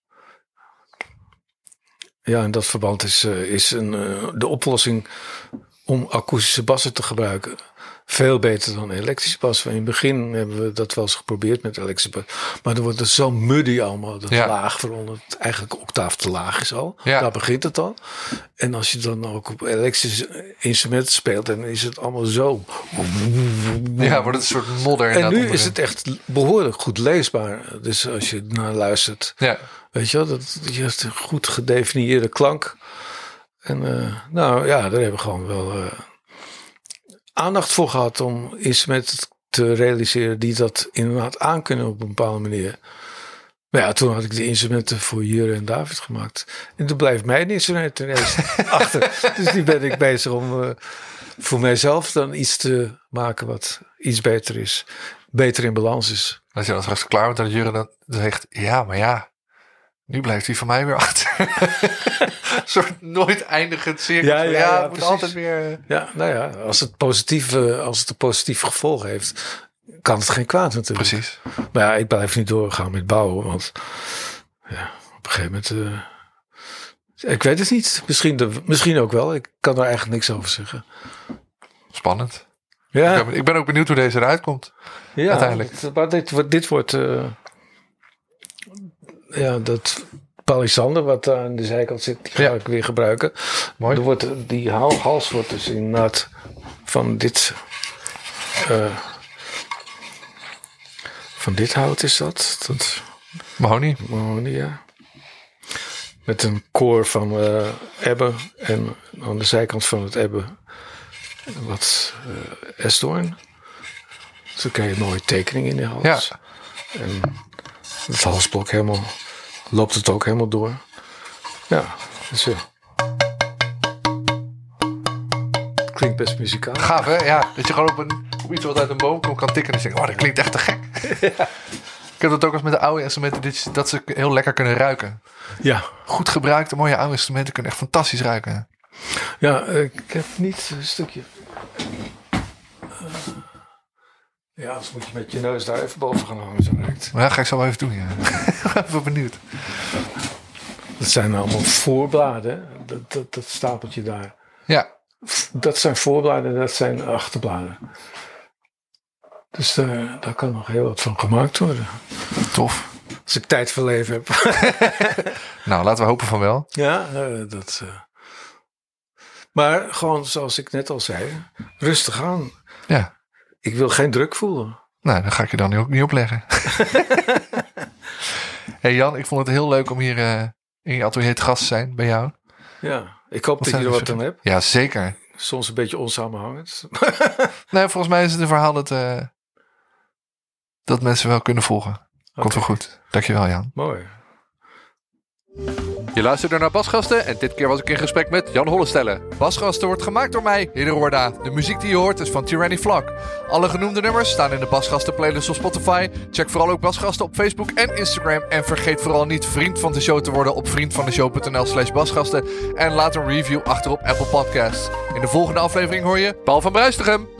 ja, in dat verband is, uh, is een, uh, de oplossing om akoestische bassen te gebruiken Veel beter dan elektrische bas. In het begin hebben we dat wel eens geprobeerd met elektrische bas. Maar dan wordt het zo muddy allemaal. Dat Ja. laag veronder. Het eigenlijk octaaf te laag is al. Ja. Daar begint het al. En als je dan ook op elektrische instrumenten speelt. Dan is het allemaal zo. Ja, wordt het een soort modder. En inderdaad nu onderin. is het echt behoorlijk goed leesbaar. Dus als je naar luistert. Ja. Weet je wel, dat je hebt een goed gedefinieerde klank. En uh, nou ja, daar hebben we gewoon wel uh, aandacht voor gehad om instrumenten te realiseren die dat inderdaad aankunnen op een bepaalde manier. Maar ja, toen had ik de instrumenten voor Jure en David gemaakt. En toen blijft mijn instrument ineens achter. Dus die ben ik bezig om uh, voor mijzelf dan iets te maken wat iets beter is. Beter in balans is. Als je dan straks klaar bent, dan Jure dan zegt, ja, maar ja, nu blijft hij van mij weer achter. Een soort nooit eindigend cirkel. Ja, Ja, ja, ja, ja, het moet precies. altijd weer... Ja, nou ja, als het, positief, uh, als het een positief gevolg heeft, kan het geen kwaad natuurlijk. Precies. Maar ja, ik blijf niet doorgaan met bouwen, want ja, op een gegeven moment... Uh, ik weet het niet. Misschien, de, misschien ook wel. Ik kan er eigenlijk niks over zeggen. Spannend. Ja, Ik ben, ik ben ook benieuwd hoe deze eruit komt. ja uiteindelijk. het- maar dit, wordt- dit wordt... Uh, ja, dat palisander wat daar aan de zijkant zit, die ga Ja. ik weer gebruiken. Mooi. Er wordt, die haal- hals wordt dus inderdaad van dit... Uh, van dit hout is dat. Dat Mahonie. mahonie, ja. Met een koor van uh, ebbe. En aan de zijkant van het ebbe wat uh, esdoorn. Zo krijg je een mooie tekening in de hals. Ja. En het halsblok helemaal... loopt het ook helemaal door. Ja, dus ja. Klinkt best muzikaal. Gaaf, hè? Ja, dat je gewoon op, een, op iets wat uit een boom komt kan tikken. En je denkt, oh, dat klinkt echt te gek. Ik heb dat ook als met de oude instrumenten, dit- dat ze heel lekker kunnen ruiken. Ja, Goed gebruikte, mooie oude instrumenten kunnen echt fantastisch ruiken. ja uh, ik heb niet een stukje... Uh, ja, anders moet je met je neus daar even boven gaan hangen. Zo direct. Maar ja, ga ik zo wel even doen, ja. Ik ben even benieuwd. Dat zijn allemaal voorbladen. Hè? Dat, dat, dat stapeltje daar. Ja, Dat zijn voorbladen, dat zijn achterbladen. Dus uh, daar kan nog heel wat van gemaakt worden. tof. Als ik tijd voor leven heb. Nou, laten we hopen van wel. Ja, uh, dat... Uh... Maar gewoon zoals ik net al zei. Rustig aan. Ja. Ik wil geen druk voelen. Nou, dan ga ik je dan ook niet opleggen. Hey Jan, ik vond het heel leuk om hier uh, in je atelier te gast te zijn bij jou. Ja, ik hoop dat zijn je er er wat aan hebt. Ja, zeker. Soms een beetje onsamenhangend. Nee, volgens mij is het een verhaal dat, uh, dat mensen wel kunnen volgen. Komt wel goed. Dankjewel, Jan. Mooi. Je luisterde naar Basgasten en dit keer was ik in gesprek met Jan Hollestelle. Basgasten wordt gemaakt door mij, Hidde Roorda. De muziek die je hoort is van Tyranny Vlak. Alle genoemde nummers staan in de Basgasten playlist op Spotify. Check vooral ook Basgasten op Facebook en Instagram. En vergeet vooral niet vriend van de show te worden op vriendvandeshow.nl slash basgasten. En laat een review achter op Apple Podcasts. In de volgende aflevering hoor je Paul van Bruistegem.